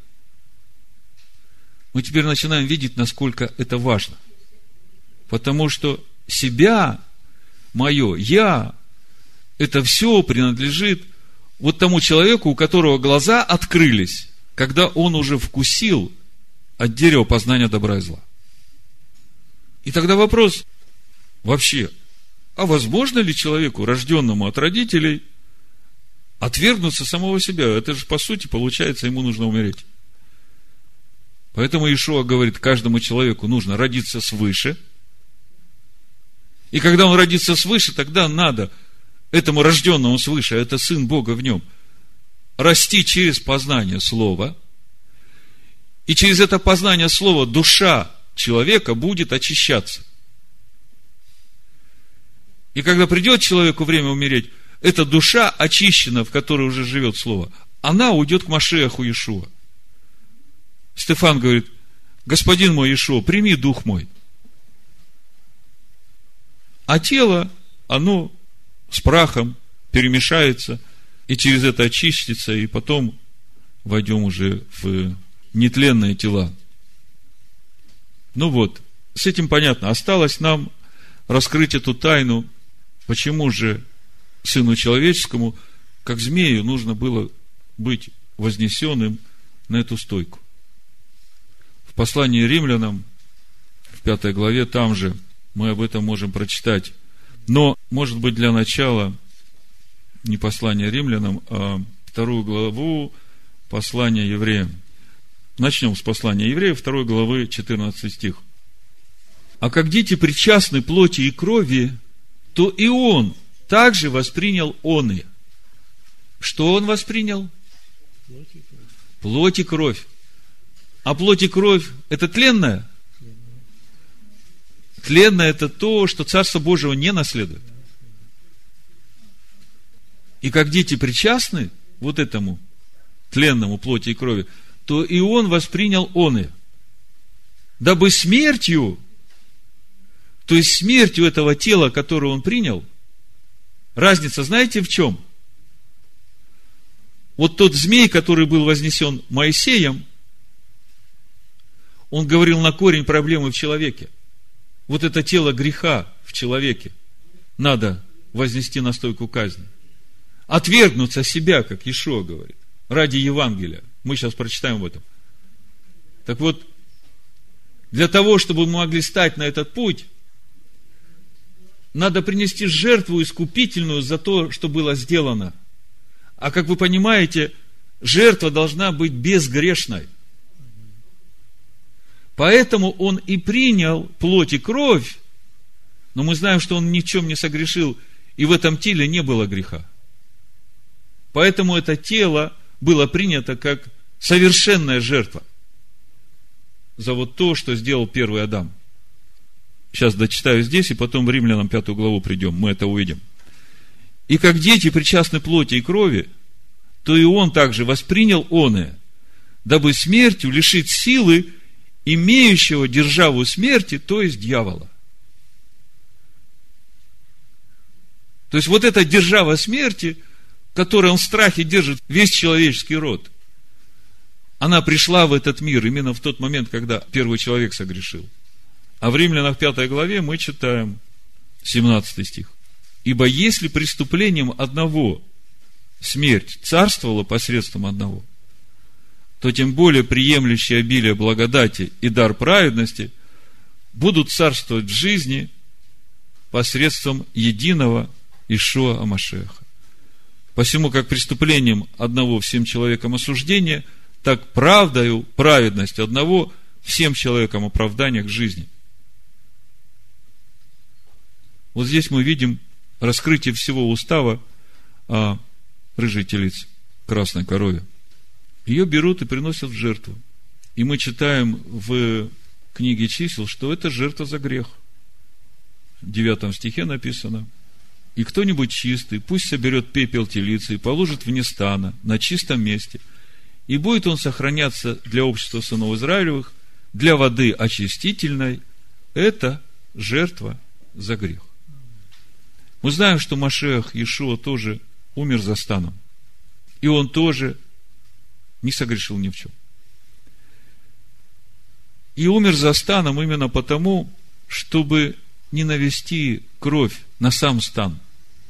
Speaker 2: Мы теперь начинаем видеть, насколько это важно. Потому что себя, мое, я, это все принадлежит вот тому человеку, у которого глаза открылись, когда он уже вкусил от дерева познания добра и зла. И тогда вопрос вообще: а возможно ли человеку, рожденному от родителей, отвергнуться самого себя? Это же, по сути, получается, ему нужно умереть. Поэтому Иешуа говорит, каждому человеку нужно родиться свыше. И когда он родится свыше, тогда надо этому рожденному свыше, а это Сын Бога в нем, расти через познание Слова. И через это познание Слова душа человека будет очищаться. И когда придет человеку время умереть, эта душа очищена, в которой уже живет Слово, она уйдет к Машиаху Иешуа. Стефан говорит: господин мой Иешуа, прими дух мой. А тело, оно с прахом перемешается, и через это очистится, и потом войдем уже в нетленные тела. Ну вот, с этим понятно. Осталось нам раскрыть эту тайну, почему же Сыну Человеческому, как змею, нужно было быть вознесенным на эту стойку. В послании Римлянам, в 5 главе, там же мы об этом можем прочитать. Но, может быть, для начала не послание Римлянам, а 2 главу послания Евреям. Начнем с послания Евреев, 2 главы, 14 стих. «А как дети причастны плоти и крови, то и он также воспринял оные». Что он воспринял? Плоть и кровь. А плоть и кровь – это тленное? Тленное – это то, что Царство Божьего не наследует. И как дети причастны вот этому тленному плоти и крови, то и он воспринял оные, дабы смертью, то есть смертью этого тела, которое он принял, разница знаете в чем? Вот тот змей, который был вознесен Моисеем, он говорил на корень проблемы в человеке. Вот это тело греха в человеке надо вознести на стойку казни. Отвергнуться себя, как Иешуа говорит, ради Евангелия. Мы сейчас прочитаем об этом. Так вот, для того, чтобы мы могли стать на этот путь, надо принести жертву искупительную за то, что было сделано. А как вы понимаете, жертва должна быть безгрешной. Поэтому он и принял плоть и кровь, но мы знаем, что он ни в чем не согрешил, и в этом теле не было греха. Поэтому это тело было принято как совершенная жертва за вот то, что сделал первый Адам. Сейчас дочитаю здесь, и потом в Римлянам 5 главу придем, мы это увидим. И как дети причастны плоти и крови, то и он также воспринял оное, дабы смертью лишить силы имеющего державу смерти, то есть дьявола. То есть вот эта держава смерти, которой он в страхе держит весь человеческий род, она пришла в этот мир именно в тот момент, когда первый человек согрешил. А в Римлянах 5 главе мы читаем 17 стих. Ибо если преступлением одного смерть царствовала посредством одного, то тем более приемлющие обилие благодати и дар праведности будут царствовать в жизни посредством единого Иешуа ха-Машиаха. Посему, как преступлением одного всем человекам осуждение, так правдою, праведностью одного всем человекам оправдание к жизни. Вот здесь мы видим раскрытие всего устава о рыжей телице, красной корове. Ее берут и приносят в жертву. И мы читаем в книге чисел, что это жертва за грех. В 9 стихе написано: и кто-нибудь чистый, пусть соберет пепел телицы и положит вне стана, на чистом месте, и будет он сохраняться для общества сынов Израилевых, для воды очистительной. Это жертва за грех. Мы знаем, что Машиах Иешуа тоже умер за станом. И он тоже не согрешил ни в чем. И умер за станом именно потому, чтобы не навести кровь на сам стан,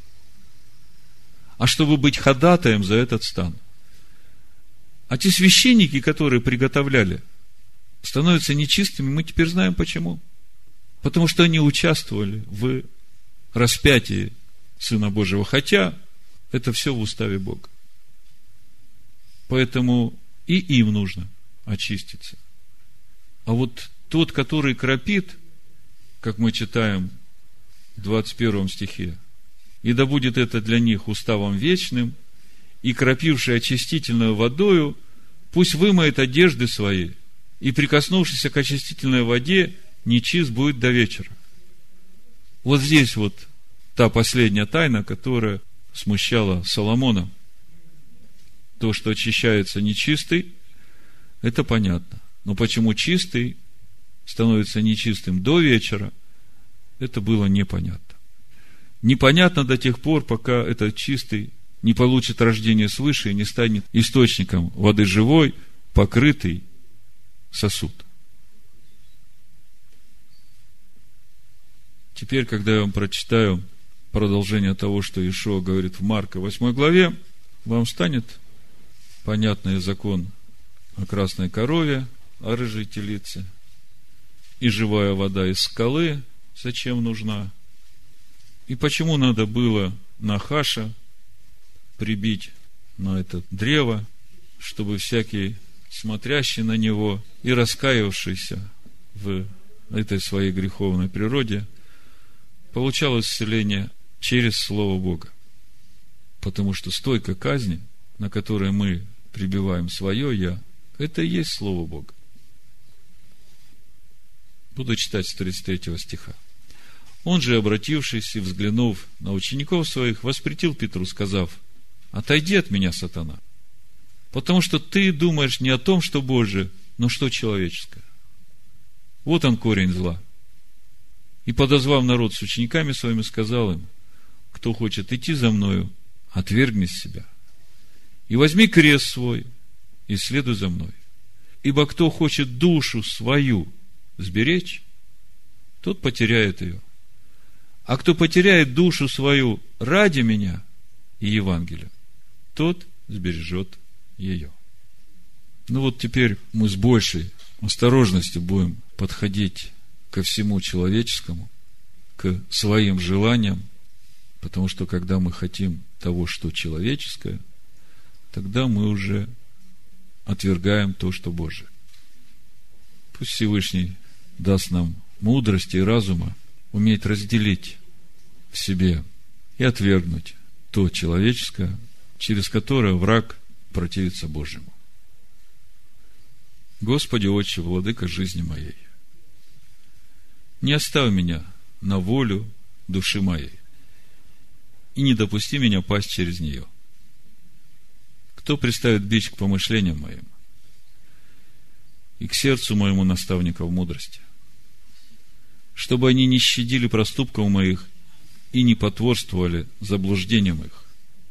Speaker 2: а чтобы быть ходатаем за этот стан. А те священники, которые приготовляли, становятся нечистыми. Мы теперь знаем почему. Потому что они участвовали в распятии Сына Божьего, хотя это все в уставе Бога. Поэтому и им нужно очиститься. А вот тот, который кропит, как мы читаем в 21 стихе, и да будет это для них уставом вечным, и кропивший очистительную водою, пусть вымоет одежды свои, и, прикоснувшись к очистительной воде, нечист будет до вечера. Вот здесь вот та последняя тайна, которая смущала Соломона. То, что очищается нечистый, это понятно. Но почему чистый становится нечистым до вечера, это было непонятно. Непонятно до тех пор, пока этот чистый не получит рождение свыше и не станет источником воды живой, покрытый сосуд. Теперь, когда я вам прочитаю продолжение того, что Иешуа говорит в Марка 8 главе, вам станет понятный закон о красной корове, о рыжей телице, и живая вода из скалы зачем нужна, и почему надо было Нахаша прибить на это древо, чтобы всякий, смотрящий на него и раскаявшийся в этой своей греховной природе, получал исцеление через Слово Бога. Потому что стойка казни, на которой мы прибиваем свое «я», это и есть Слово Бога. Буду читать с 33 стиха. Он же, обратившись и взглянув на учеников своих, воспретил Петру, сказав: «Отойди от меня, сатана, потому что ты думаешь не о том, что Божие, но что человеческое». Вот он корень зла. И, подозвав народ с учениками своими, сказал им: кто хочет идти за мною, отвергни себя, и возьми крест свой, и следуй за мной. Ибо кто хочет душу свою сберечь, тот потеряет ее. А кто потеряет душу свою ради меня и Евангелия, тот сбережет ее. Ну вот теперь мы с большей осторожностью будем подходить ко всему человеческому, к своим желаниям, потому что когда мы хотим того, что человеческое, тогда мы уже отвергаем то, что Божие. Пусть Всевышний даст нам мудрости и разума уметь разделить в себе и отвергнуть то человеческое, через которое враг противится Божьему. Господи, Отче, Владыка жизни моей, не оставь меня на волю души моей и не допусти меня пасть через нее. Кто приставит бич к помышлениям моим и к сердцу моему наставников мудрости, чтобы они не щадили проступков моих и не потворствовали заблуждениям их,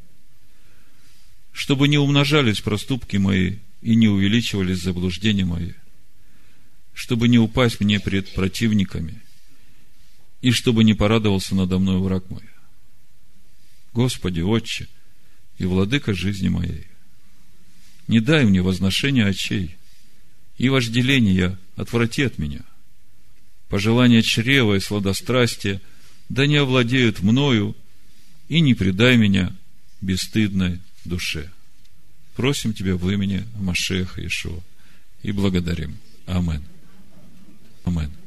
Speaker 2: чтобы не умножались проступки мои и не увеличивались заблуждения мои, чтобы не упасть мне пред противниками и чтобы не порадовался надо мной враг мой. Господи, Отче и Владыка жизни моей, не дай мне возношения очей и вожделения отврати от меня. Пожелания чрева и сладострастия да не овладеют мною и не предай меня бесстыдной душе. Просим Тебя в имени Машеха Иешуа и благодарим. Амин. Амин.